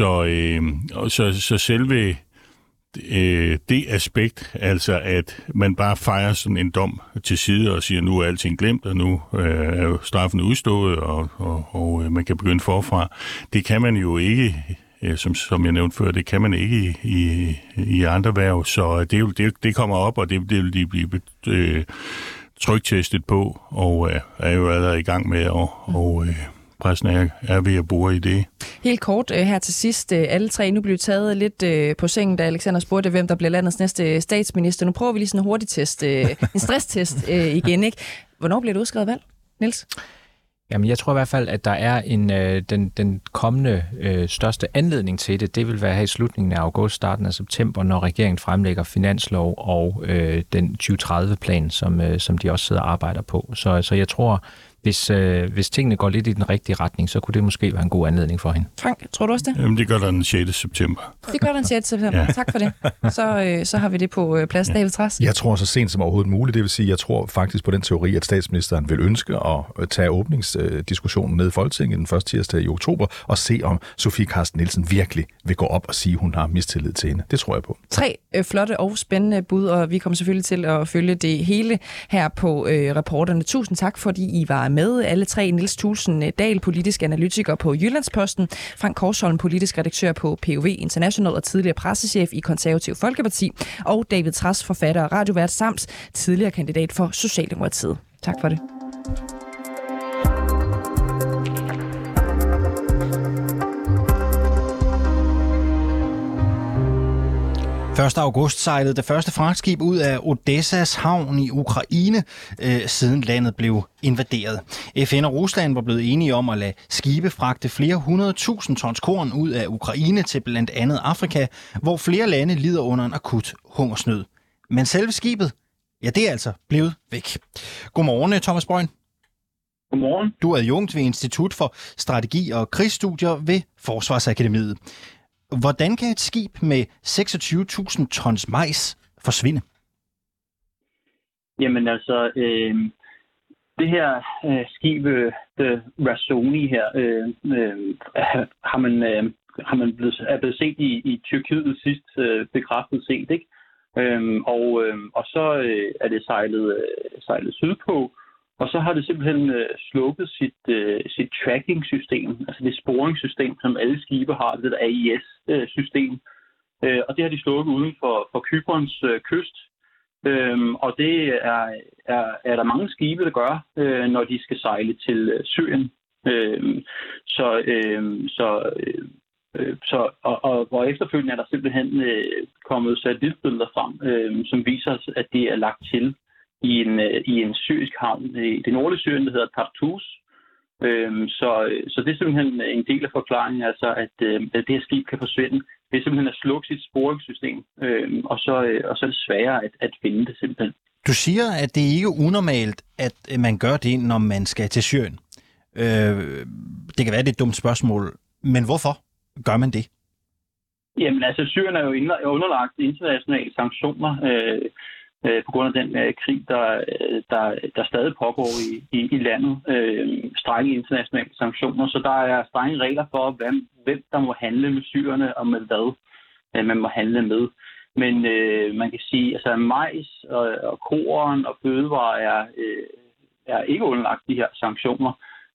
Så selve det aspekt, altså at man bare fejrer sådan en dom til side og siger, nu er alting glemt, og nu er jo straffen udstået, og man kan begynde forfra. Det kan man jo ikke, som jeg nævnte før, det kan man ikke i andre værv, så det kommer op, og det vil de blive tryktestet på, og er jo allerede i gang med at pressen er ved at bore i det. Helt kort her til sidst. Alle tre nu blev taget lidt på sengen, da Alexander spurgte, hvem der bliver landets næste statsminister. Nu prøver vi lige sådan en hurtig test, en stresstest igen, ikke? Hvornår bliver det udskrevet valg, Niels? Jamen, jeg tror i hvert fald, at der er den kommende største anledning til det. Det vil være her i slutningen af august, starten af september, når regeringen fremlægger finanslov og den 2030-plan, som de også sidder og arbejder på. Så jeg tror, hvis tingene går lidt i den rigtige retning, så kunne det måske være en god anledning for hende. Frank, tror du også det? Jamen, det gør der den 6. september. Det gør den 6. september. Ja. Tak for det. Så har vi det på plads, David Trads. Jeg tror så sent som overhovedet muligt. Det vil sige, jeg tror faktisk på den teori, at statsministeren vil ønske at tage åbningsdiskussionen ned i Folketinget den første tirsdag i oktober, og se om Sofie Carsten Nielsen virkelig vil gå op og sige, at hun har mistillid til hende. Det tror jeg på. 3 flotte og spændende bud, og vi kommer selvfølgelig til at følge det hele her på Reporterne. Tusind tak, fordi I var med. Alle 3. Niels Thulesen Dahl, politisk analytiker på Jyllandsposten, Frank Korsholm, politisk redaktør på POV International og tidligere pressechef i Konservativ Folkeparti, og David Trads, forfatter og radiovært samt tidligere kandidat for Socialdemokratiet. Tak for det. 1. august sejlede det første fragtskib ud af Odessas havn i Ukraine, siden landet blev invaderet. FN og Rusland var blevet enige om at lade skibe fragte flere 100.000 tons korn ud af Ukraine til blandt andet Afrika, hvor flere lande lider under en akut hungersnød. Men selve skibet, ja, det er altså blevet væk. Godmorgen, Thomas Brøgn. Godmorgen. Du er adjunkt ved Institut for Strategi og Krigsstudier ved Forsvarsakademiet. Hvordan kan et skib med 26.000 tons majs forsvinde? Jamen altså, det her skib, Razoni her, er blevet set i Tyrkiet sidst, bekræftet set, ikke? Og så er det sejlet sydpå, og så har det simpelthen slukket sit tracking-system, altså det sporingssystem, som alle skibe har, det der AIS-system. Og det har de slukket uden for Cyperns kyst. Og det er der mange skibe, der gør, når de skal sejle til Syrien. Og efterfølgende er der simpelthen kommet satellitbilleder frem, som viser, at det er lagt til i en syrisk havn i det nordlige Syrien, der hedder Tartus. Så det er simpelthen en del af forklaringen, altså at det her skib kan forsvinde. Det er simpelthen at slukke sit sporingssystem, og så er det sværere at finde det simpelthen. Du siger, at det ikke er unormalt, at man gør det, når man skal til Syrien. Det kan være, det er et dumt spørgsmål, men hvorfor gør man det? Jamen altså, Syrien er jo underlagt internationale sanktioner, på grund af den krig, der stadig pågår i landet. Strenge internationale sanktioner, så der er strenge regler for, hvem der må handle med syrerne og med hvad man må handle med. Men man kan sige, altså majs og korn og fødevarer er ikke underlagt de her sanktioner.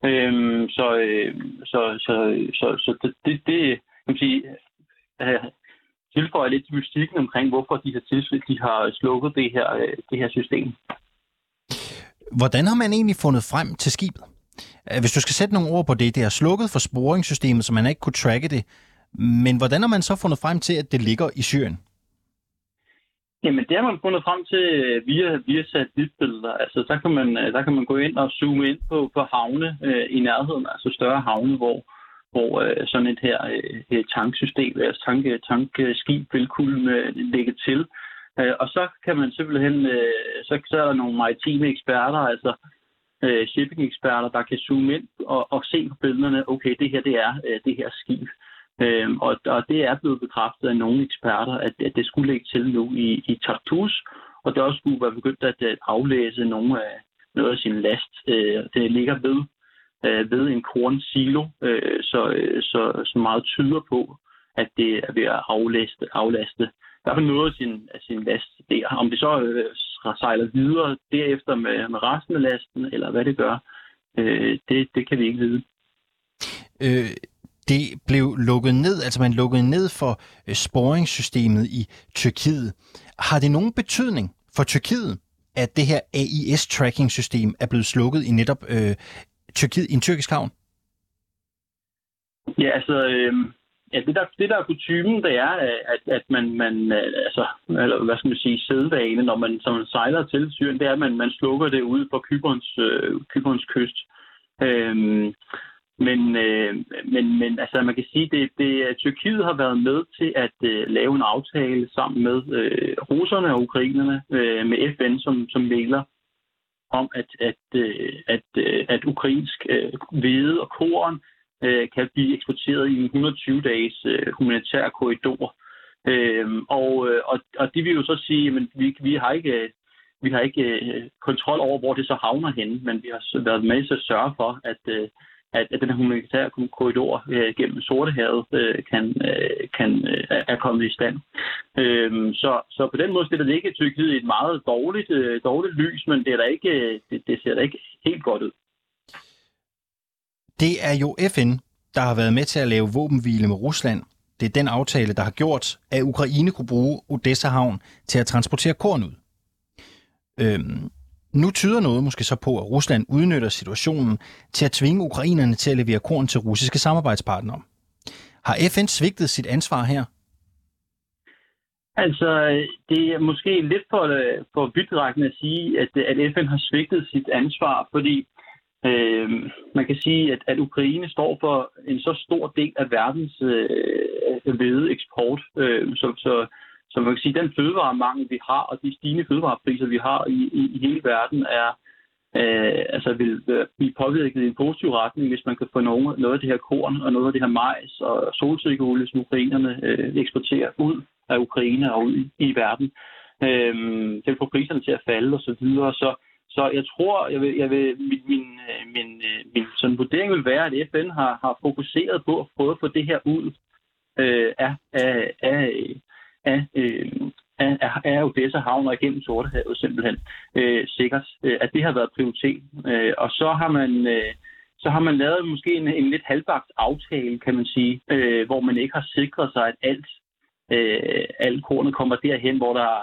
Så det kan man sige, tilføjer lidt til mystikken omkring, hvorfor de har slukket det her system. Hvordan har man egentlig fundet frem til skibet? Hvis du skal sætte nogle ord på det, det er slukket for sporingssystemet, så man ikke kunne tracke det. Men hvordan har man så fundet frem til, at det ligger i Syrien? Jamen, det har man fundet frem til via satellitbilleder. Altså, der kan man gå ind og zoome ind på havne i nærheden, altså større havne, hvor sådan et her tanksystem, altså tankskib vil kunne lægge til. Og så kan man simpelthen, så er der nogle maritime eksperter, altså shipping-eksperter, der kan zoome ind og se på billederne, okay, det her, det er det her skib. Og det er blevet bekræftet af nogle eksperter, at det skulle lægge til nu i Tartus, og det også skulle være begyndt at aflæse noget af sin last. Det ligger ved en kornsilo, så meget tyder på, at det er ved at aflaste. Der er noget af sin last der. Om det så sejler videre derefter med resten af lasten, eller hvad det gør, det kan vi ikke vide. Det blev lukket ned, altså man lukkede ned for sporingssystemet i Tyrkiet. Har det nogen betydning for Tyrkiet, at det her AIS-tracking-system er blevet slukket i netop Tyrkiet, i en tyrkisk havn? Ja, altså, det der er kutymen, det er, at man altså, eller hvad skal man sige, sædvane, når man sejler til Syrien, det er, at man slukker det ude på Cyperns kyst. Men altså, man kan sige, at Tyrkiet har været med til at lave en aftale sammen med russerne og ukrainerne med FN som mægler. om, at ukrainsk hvede og korn kan blive eksporteret i en 120-dages humanitær korridor. Og det vil jo så sige, at vi har ikke kontrol over, hvor det så havner henne, men vi har været med til at sørge for, at den humanitære korridor gennem Sortehavet er kommet i stand. Så på den måde stiller det ikke Tyrkiet i et meget dårligt lys, men det ser da ikke helt godt ud. Det er jo FN, der har været med til at lave våbenhvile med Rusland. Det er den aftale, der har gjort, at Ukraine kunne bruge Odessa havn til at transportere korn ud. Nu tyder noget måske så på, at Rusland udnytter situationen til at tvinge ukrainerne til at levere korn til russiske samarbejdspartnere. Har FN svigtet sit ansvar her? Altså, det er måske lidt for vidtrækkende at sige, at FN har svigtet sit ansvar, fordi man kan sige, at Ukraine står for en så stor del af verdens hvedeeksport, så man kan sige, at den fødevaremangel, vi har, og de stigende fødevarepriser, vi har i hele verden, vil blive påvirket i en positiv retning, hvis man kan få noget af det her korn og noget af det her majs og solsikkeolie, som ukrainerne eksporterer ud af Ukraine og ud i verden. Det vil få priserne til at falde og så videre. Så jeg tror, min sådan vurdering vil være, at FN har fokuseret på at prøve at få det her ud af Odessa havn og igennem Sortehavet simpelthen sikkert, at det har været prioritet. Og så har man lavet måske en lidt halvbagt aftale, kan man sige, hvor man ikke har sikret sig, at alt kornet kommer derhen, hvor der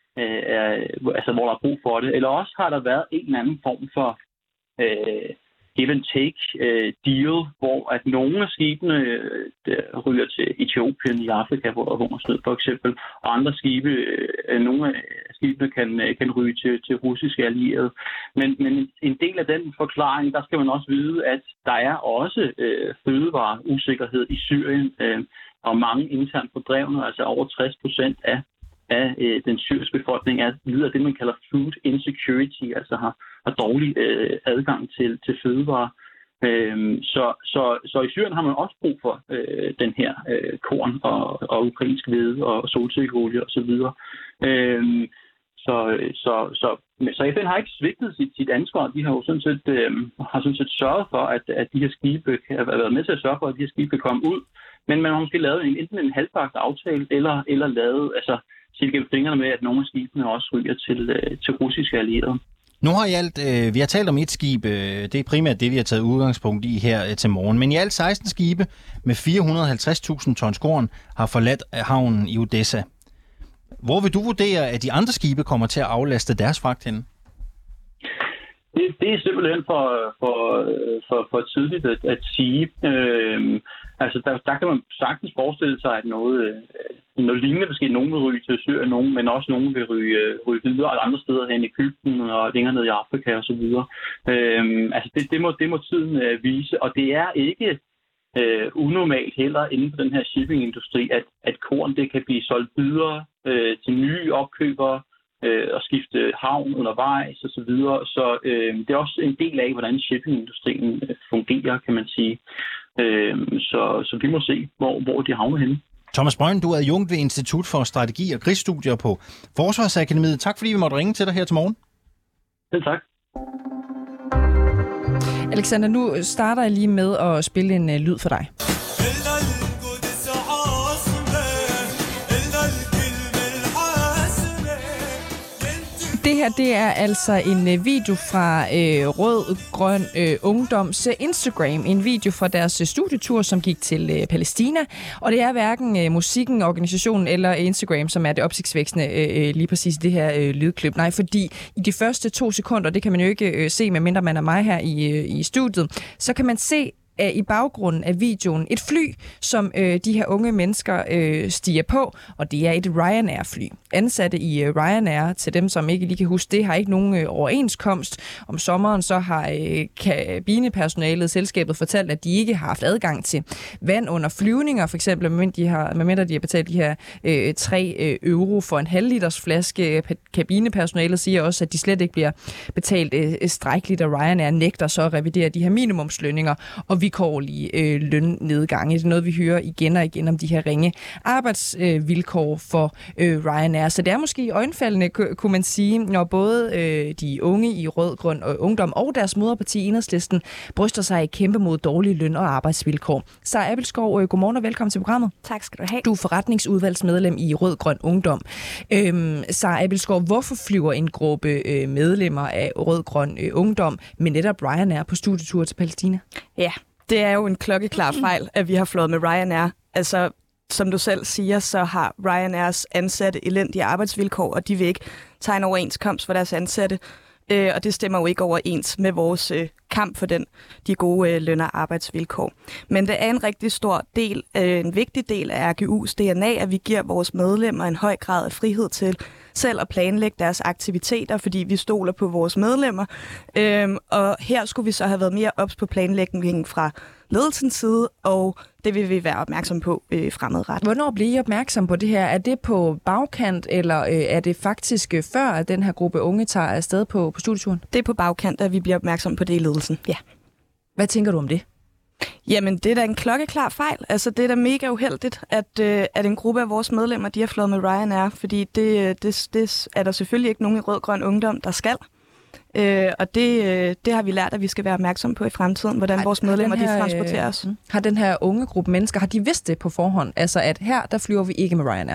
er brug for det. Eller også har der været en eller anden form for give and take deal, hvor at nogle af skibene ryger til Etiopien i Afrika, hvor der er hungersnød for eksempel, og andre skibe, nogle af skibene kan ryge til russiske allierede. Men en del af den forklaring, der skal man også vide, at der er også fødevareusikkerhed i Syrien, og mange internt fordrevne, altså over 60% af den syriske befolkning lider af det, man kalder food insecurity, altså har dårlig adgang til fødevarer. Så i Syrien har man også brug for den her korn og ukrainsk hvede og solsikkeolie osv. Så FN har ikke svigtet sit ansvar. De har jo sådan set sørget for, at de her skibe har været med til at sørge for, at de her skibe kan komme ud. Men man har måske lavet enten en halvbagt aftale eller lavet set gennem fingrene med, at nogle af skibene også ryger til russiske allierede. Nu har vi har talt om et skib, det er primært det, vi har taget udgangspunkt i her til morgen, men i alt 16 skibe med 450.000 tons korn har forladt havnen i Odessa. Hvor vil du vurdere, at de andre skibe kommer til at aflaste deres fragt henne? Det er simpelthen for tidligt at sige. Der kan man sagtens forestille sig, at noget lignende måske nogen vil ryge til Syrien, men også nogen vil ryge videre andre steder hen i Egypten og længere ned i Afrika og så videre. Det må tiden vise, og det er ikke unormalt heller inden for den her shippingindustri, at korn det kan blive solgt videre til nye opkøbere og skifte havn undervejs og så videre. Så det er også en del af, hvordan shippingindustrien fungerer, kan man sige. Så vi må se, hvor de havner henne. Thomas Brøggen, du er adjunkt ved Institut for Strategi og Krigsstudier på Forsvarsakademiet. Tak fordi vi måtte ringe til dig her til morgen. Selv tak. Alexander, nu starter jeg lige med at spille en lyd for dig. Det her, det er altså en video fra Rød Grøn Ungdoms Instagram. En video fra deres studietur, som gik til Palæstina. Og det er hverken musikken, organisationen eller Instagram, som er det opsigtsvækkende lige præcis det her lydklip. Nej, fordi i de første 2 sekunder, det kan man jo ikke se, medmindre man er mig her i studiet, så kan man se i baggrunden af videoen et fly, som de her unge mennesker stiger på, og det er et Ryanair-fly. Ansatte i Ryanair, til dem som ikke lige kan huske det, har ikke nogen overenskomst. Om sommeren så har kabinepersonalet, selskabet, fortalt, at de ikke har haft adgang til vand under flyvninger, for eksempel, medmindre de har betalt de her 3 euro for en halvliters flaske. Kabinepersonalet siger også, at de slet ikke bliver betalt strækkeligt, og Ryanair nægter så at revidere de her minimumslønninger og vilkårlige lønnedgange. Det er noget, vi hører igen og igen om de her ringe arbejdsvilkår for Ryanair. Så det er måske øjenfaldende, kunne man sige, når både de unge i Rød Grøn Ungdom og deres moderparti Enhedslisten bryster sig i kæmpe mod dårlige løn- og arbejdsvilkår. Sara Abildskov, godmorgen og velkommen til programmet. Tak skal du have. Du er forretningsudvalgsmedlem i Rød Grøn Ungdom. Sara Abildskov, hvorfor flyver en gruppe medlemmer af Rød Grøn Ungdom med netop Ryanair på studietur til Palæstina? Ja, det er jo en klokkeklar fejl, at vi har flået med Ryanair. Altså, som du selv siger, så har Ryanairs ansatte elendige arbejdsvilkår, og de vil ikke tegne overenskomst for deres ansatte. Og det stemmer jo ikke overens med vores kamp for de gode løn- og arbejdsvilkår. Men det er en rigtig stor del, en vigtig del af RGU's DNA, at vi giver vores medlemmer en høj grad af frihed til selv at planlægge deres aktiviteter, fordi vi stoler på vores medlemmer. Og her skulle vi så have været mere ops på planlægningen fra ledelsens side, og det vil vi være opmærksom på fremadrettet. Hvornår bliver I opmærksom på det her? Er det på bagkant, eller er det faktisk før, at den her gruppe unge tager afsted på studieturen? Det er på bagkant, at vi bliver opmærksom på det i ledelsen, ja. Hvad tænker du om det? Jamen, det er da en klokkeklar fejl. Altså, det er da mega uheldigt, at en gruppe af vores medlemmer, de har flået med Ryanair, fordi det er der selvfølgelig ikke nogen i Rød Grøn Ungdom, der skal. Og det har vi lært, at vi skal være opmærksom på i fremtiden, hvordan vores medlemmer de transporterer os. Har den her unge gruppe mennesker, har de vidst det på forhånd? Altså, at her, der flyver vi ikke med Ryanair?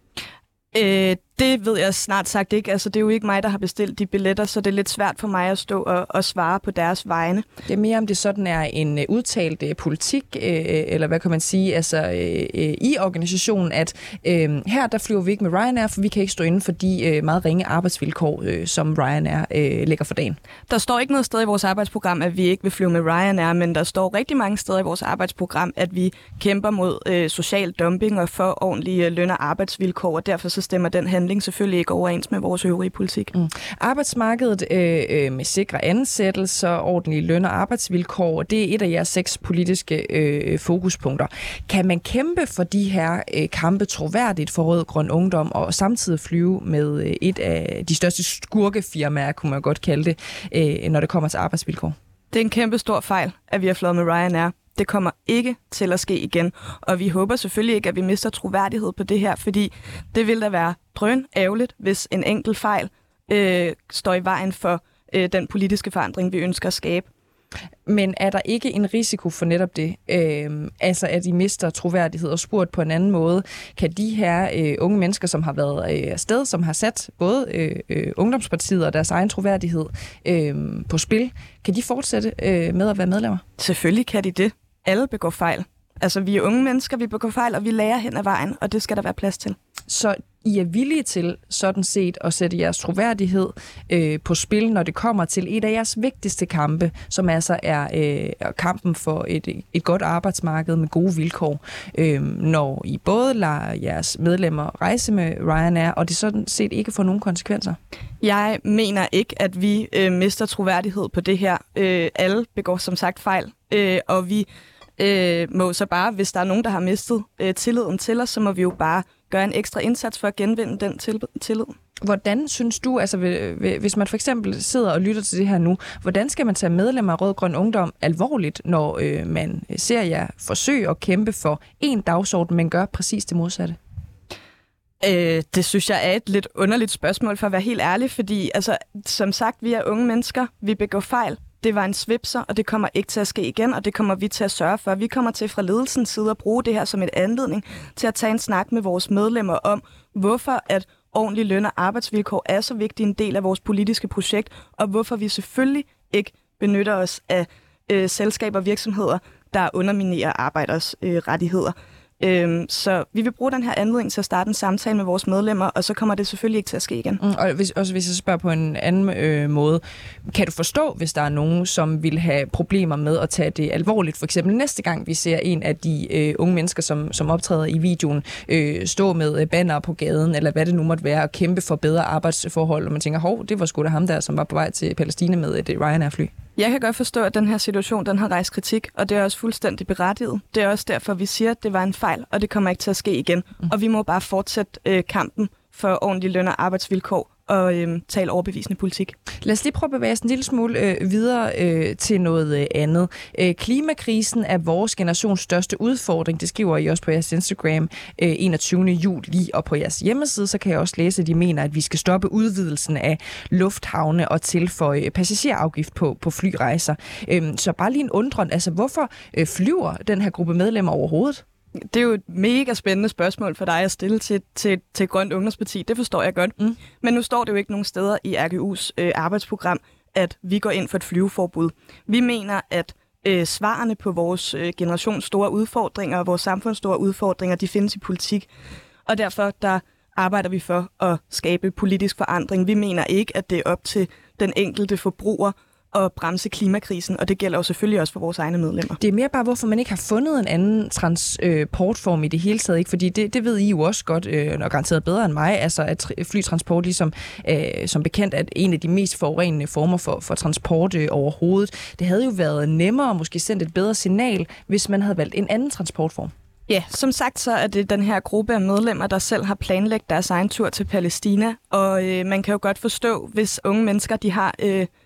Det ved jeg snart sagt ikke. Altså, det er jo ikke mig, der har bestilt de billetter, så det er lidt svært for mig at stå og svare på deres vegne. Det er mere, om det sådan er en udtalt politik, eller hvad kan man sige, altså i organisationen, at her, der flyver vi ikke med Ryanair, for vi kan ikke stå inden for de meget ringe arbejdsvilkår, som Ryanair lægger for dagen. Der står ikke noget sted i vores arbejdsprogram, at vi ikke vil flyve med Ryanair, men der står rigtig mange steder i vores arbejdsprogram, at vi kæmper mod social dumping og for ordentlige løn- og arbejdsvilkår, og derfor så stemmer den handling selvfølgelig ikke overens med vores øvrige politik. Arbejdsmarkedet med sikre ansættelser, ordentlige løn- og arbejdsvilkår, det er et af jeres 6 politiske fokuspunkter. Kan man kæmpe for de her kampe troværdigt for Rød Grøn Ungdom og samtidig flyve med et af de største skurkefirmaer, kunne man godt kalde det, når det kommer til arbejdsvilkår? Det er en kæmpe stor fejl, at vi har flået med Ryanair. Det kommer ikke til at ske igen, og vi håber selvfølgelig ikke, at vi mister troværdighed på det her, fordi det vil da være drønærgerligt, hvis en enkelt fejl står i vejen for den politiske forandring, vi ønsker at skabe. Men er der ikke en risiko for netop det? Altså, at I mister troværdighed, og spurgt på en anden måde, kan de her unge mennesker, som har været afsted, som har sat både Ungdomspartiet og deres egen troværdighed på spil, kan de fortsætte med at være medlemmer? Selvfølgelig kan de det. Alle begår fejl. Altså, vi er unge mennesker, vi begår fejl, og vi lærer hen ad vejen, og det skal der være plads til. Så I er villige til sådan set at sætte jeres troværdighed på spil, når det kommer til et af jeres vigtigste kampe, som altså er kampen for et godt arbejdsmarked med gode vilkår, når I både lader jeres medlemmer rejse med Ryanair, og det sådan set ikke får nogen konsekvenser? Jeg mener ikke, at vi mister troværdighed på det her. Alle begår som sagt fejl, og vi må så bare, hvis der er nogen, der har mistet tilliden til os, så må vi jo bare gøre en ekstra indsats for at genvinde den tillid. Hvordan synes du, altså hvis man for eksempel sidder og lytter til det her nu, hvordan skal man tage medlemmer af Rød Grøn Ungdom alvorligt, når man ser jer forsøge at kæmpe for en dagsorden, men gør præcis det modsatte? Det synes jeg er et lidt underligt spørgsmål, for at være helt ærlig, fordi altså, som sagt, vi er unge mennesker, vi begår fejl. Det var en svipser, og det kommer ikke til at ske igen, og det kommer vi til at sørge for. Vi kommer til fra ledelsens side at bruge det her som et anledning til at tage en snak med vores medlemmer om, hvorfor at ordentlig løn- og arbejdsvilkår er så vigtig en del af vores politiske projekt, og hvorfor vi selvfølgelig ikke benytter os af selskaber og virksomheder, der underminerer arbejders rettigheder. Så vi vil bruge den her anledning til at starte en samtale med vores medlemmer, og så kommer det selvfølgelig ikke til at ske igen. Og hvis jeg spørger på en anden måde, kan du forstå, hvis der er nogen, som vil have problemer med at tage det alvorligt? For eksempel næste gang, vi ser en af de unge mennesker, som optræder i videoen, stå med banner på gaden, eller hvad det nu måtte være, og kæmpe for bedre arbejdsforhold, og man tænker, hov, det var sgu da ham der, som var på vej til Palæstina med et Ryanair-fly. Jeg kan godt forstå, at den her situation, den har rejst kritik, og det er også fuldstændig berettiget. Det er også derfor, vi siger, at det var en fejl, og det kommer ikke til at ske igen. Og vi må bare fortsætte kampen for ordentlige løn- og arbejdsvilkår og tale overbevisende politik. Lad os lige prøve at bevæge os en lille smule videre til noget andet. Klimakrisen er vores generations største udfordring. Det skriver I også på jeres Instagram 21. juli, og på jeres hjemmeside, så kan jeg også læse, at I mener, at vi skal stoppe udvidelsen af lufthavne og tilføje passagerafgift på flyrejser. Så bare lige en undren, altså hvorfor flyver den her gruppe medlemmer overhovedet? Det er jo et mega spændende spørgsmål for dig at stille til Grønt Ungdomsparti. Det forstår jeg godt. Men nu står det jo ikke nogen steder i RGU's arbejdsprogram, at vi går ind for et flyveforbud. Vi mener, at svarene på vores generations store udfordringer og vores samfunds store udfordringer, de findes i politik. Og derfor der arbejder vi for at skabe politisk forandring. Vi mener ikke, at det er op til den enkelte forbruger at bremse klimakrisen, og det gælder jo selvfølgelig også for vores egne medlemmer. Det er mere bare, hvorfor man ikke har fundet en anden transportform i det hele taget, ikke? Fordi det ved I jo også godt, og garanteret bedre end mig, altså at flytransport ligesom som bekendt er en af de mest forurenende former for transport overhovedet. Det havde jo været nemmere og måske sendt et bedre signal, hvis man havde valgt en anden transportform. Ja, som sagt så er det den her gruppe af medlemmer, der selv har planlagt deres egen tur til Palæstina, og man kan jo godt forstå, hvis unge mennesker de har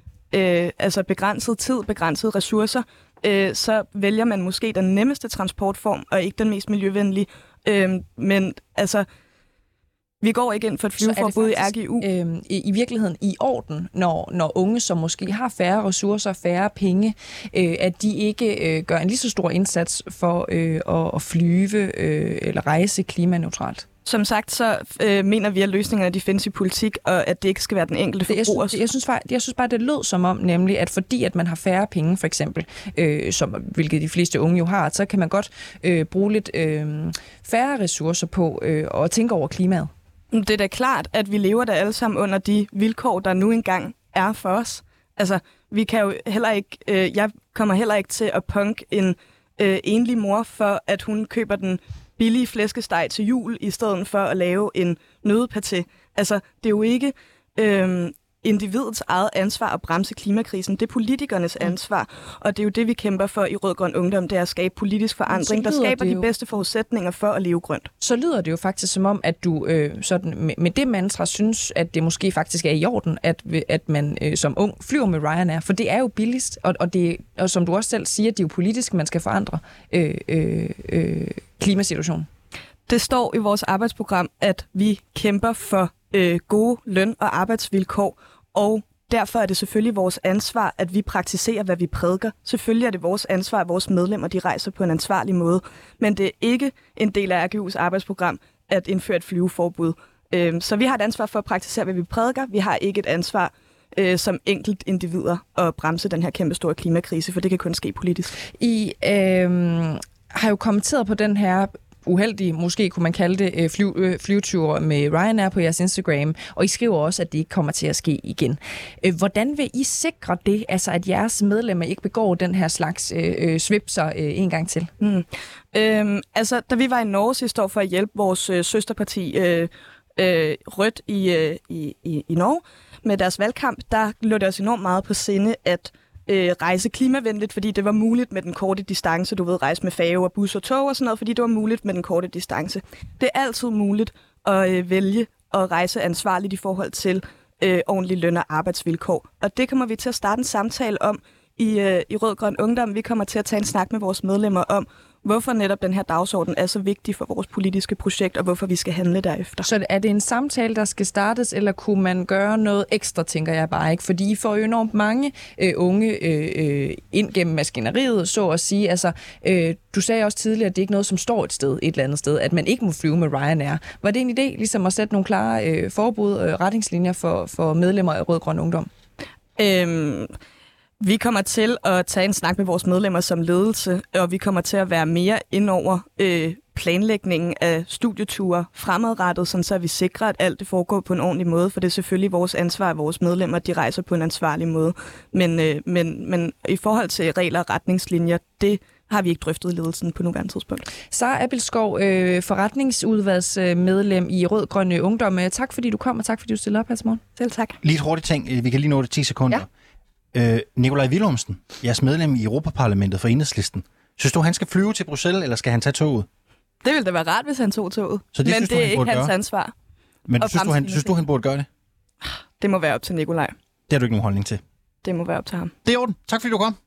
altså begrænset tid, begrænsede ressourcer, så vælger man måske den nemmeste transportform, og ikke den mest miljøvenlige. Men altså, vi går ikke ind for et flyveforbud i RGU. I virkeligheden i orden, når unge, som måske har færre ressourcer, færre penge, at de ikke gør en lige så stor indsats for at flyve eller rejse klimaneutralt. Som sagt, så mener vi, at løsningerne de findes i politik, og at det ikke skal være den enkelte forbruger. Jeg synes bare, det lød som om, nemlig, at fordi at man har færre penge, for eksempel, hvilket de fleste unge jo har, så kan man godt bruge lidt færre ressourcer på at tænke over klimaet. Det er da klart, at vi lever der alle sammen under de vilkår, der nu engang er for os. Altså, vi kan jo heller ikke, jeg kommer heller ikke til at punke en enlig mor for, at hun køber den billige flæskesteg til jul, i stedet for at lave en nøddepaté. Altså, det er jo ikke individets eget ansvar at bremse klimakrisen. Det er politikernes ansvar, og det er jo det, vi kæmper for i Rød Grøn Ungdom, det er at skabe politisk forandring, der skaber de bedste forudsætninger for at leve grønt. Så lyder det jo faktisk som om, at du sådan med det mantra synes, at det måske faktisk er i orden, at man som ung flyver med Ryanair, for det er jo billigst, og som du også selv siger, det er jo politisk, man skal forandre klimasituationen. Det står i vores arbejdsprogram, at vi kæmper for gode løn- og arbejdsvilkår, og derfor er det selvfølgelig vores ansvar, at vi praktiserer, hvad vi prædiker. Selvfølgelig er det vores ansvar, at vores medlemmer de rejser på en ansvarlig måde, men det er ikke en del af RGU's arbejdsprogram at indføre et flyveforbud. Så vi har et ansvar for at praktisere, hvad vi prædiker. Vi har ikke et ansvar som enkelt individer at bremse den her kæmpe store klimakrise, for det kan kun ske politisk. I har jo kommenteret på den her uheldige, måske kunne man kalde det, flyveture med Ryanair på jeres Instagram, og I skriver også, at det ikke kommer til at ske igen. Hvordan vil I sikre det, altså at jeres medlemmer ikke begår den her slags svipser en gang til? Altså, da vi var i Norge sidste år for at hjælpe vores søsterparti Rødt i Norge med deres valgkamp, der lå det også enormt meget på sinde at rejse klimavenligt, fordi det var muligt med den korte distance. Du ved, rejse med færge og bus og tog og sådan noget, fordi det var muligt med den korte distance. Det er altid muligt at vælge at rejse ansvarligt i forhold til ordentlige løn- og arbejdsvilkår. Og det kommer vi til at starte en samtale om i Rød Grøn Ungdom. Vi kommer til at tage en snak med vores medlemmer om, hvorfor netop den her dagsorden er så vigtig for vores politiske projekt, og hvorfor vi skal handle derefter. Så er det en samtale, der skal startes, eller kunne man gøre noget ekstra, tænker jeg bare ikke? Fordi I får jo enormt mange unge ind gennem maskineriet, så at sige. Altså, du sagde også tidligere, at det ikke er noget, som står et eller andet sted, at man ikke må flyve med Ryanair. Var det en idé, ligesom at sætte nogle klare forbud og retningslinjer for medlemmer af Rød Grøn Ungdom? Vi kommer til at tage en snak med vores medlemmer som ledelse, og vi kommer til at være mere ind over planlægningen af studieture fremadrettet, sådan så vi sikrer, at alt det foregår på en ordentlig måde, for det er selvfølgelig vores ansvar, at vores medlemmer de rejser på en ansvarlig måde. Men i forhold til regler og retningslinjer, det har vi ikke drøftet ledelsen på nuværende tidspunkt. Sara Abildskov, forretningsudvalgsmedlem i Rød Grøn Ungdom. Tak fordi du kom, og tak fordi du stillede op her til morgen. Selv tak. Lige et hurtigt ting. Vi kan lige nå det 10 sekunder. Ja. Nikolaj Villumsen, jeres medlem i Europaparlamentet for Enhedslisten. Synes du, han skal flyve til Bruxelles, eller skal han tage toget? Det ville da være rart, hvis han tog toget. Så det men synes det du, er ikke hans ansvar. Men synes du, han burde gøre det? Det må være op til Nikolaj. Det har du ikke nogen holdning til. Det må være op til ham. Det er orden. Tak fordi du kom.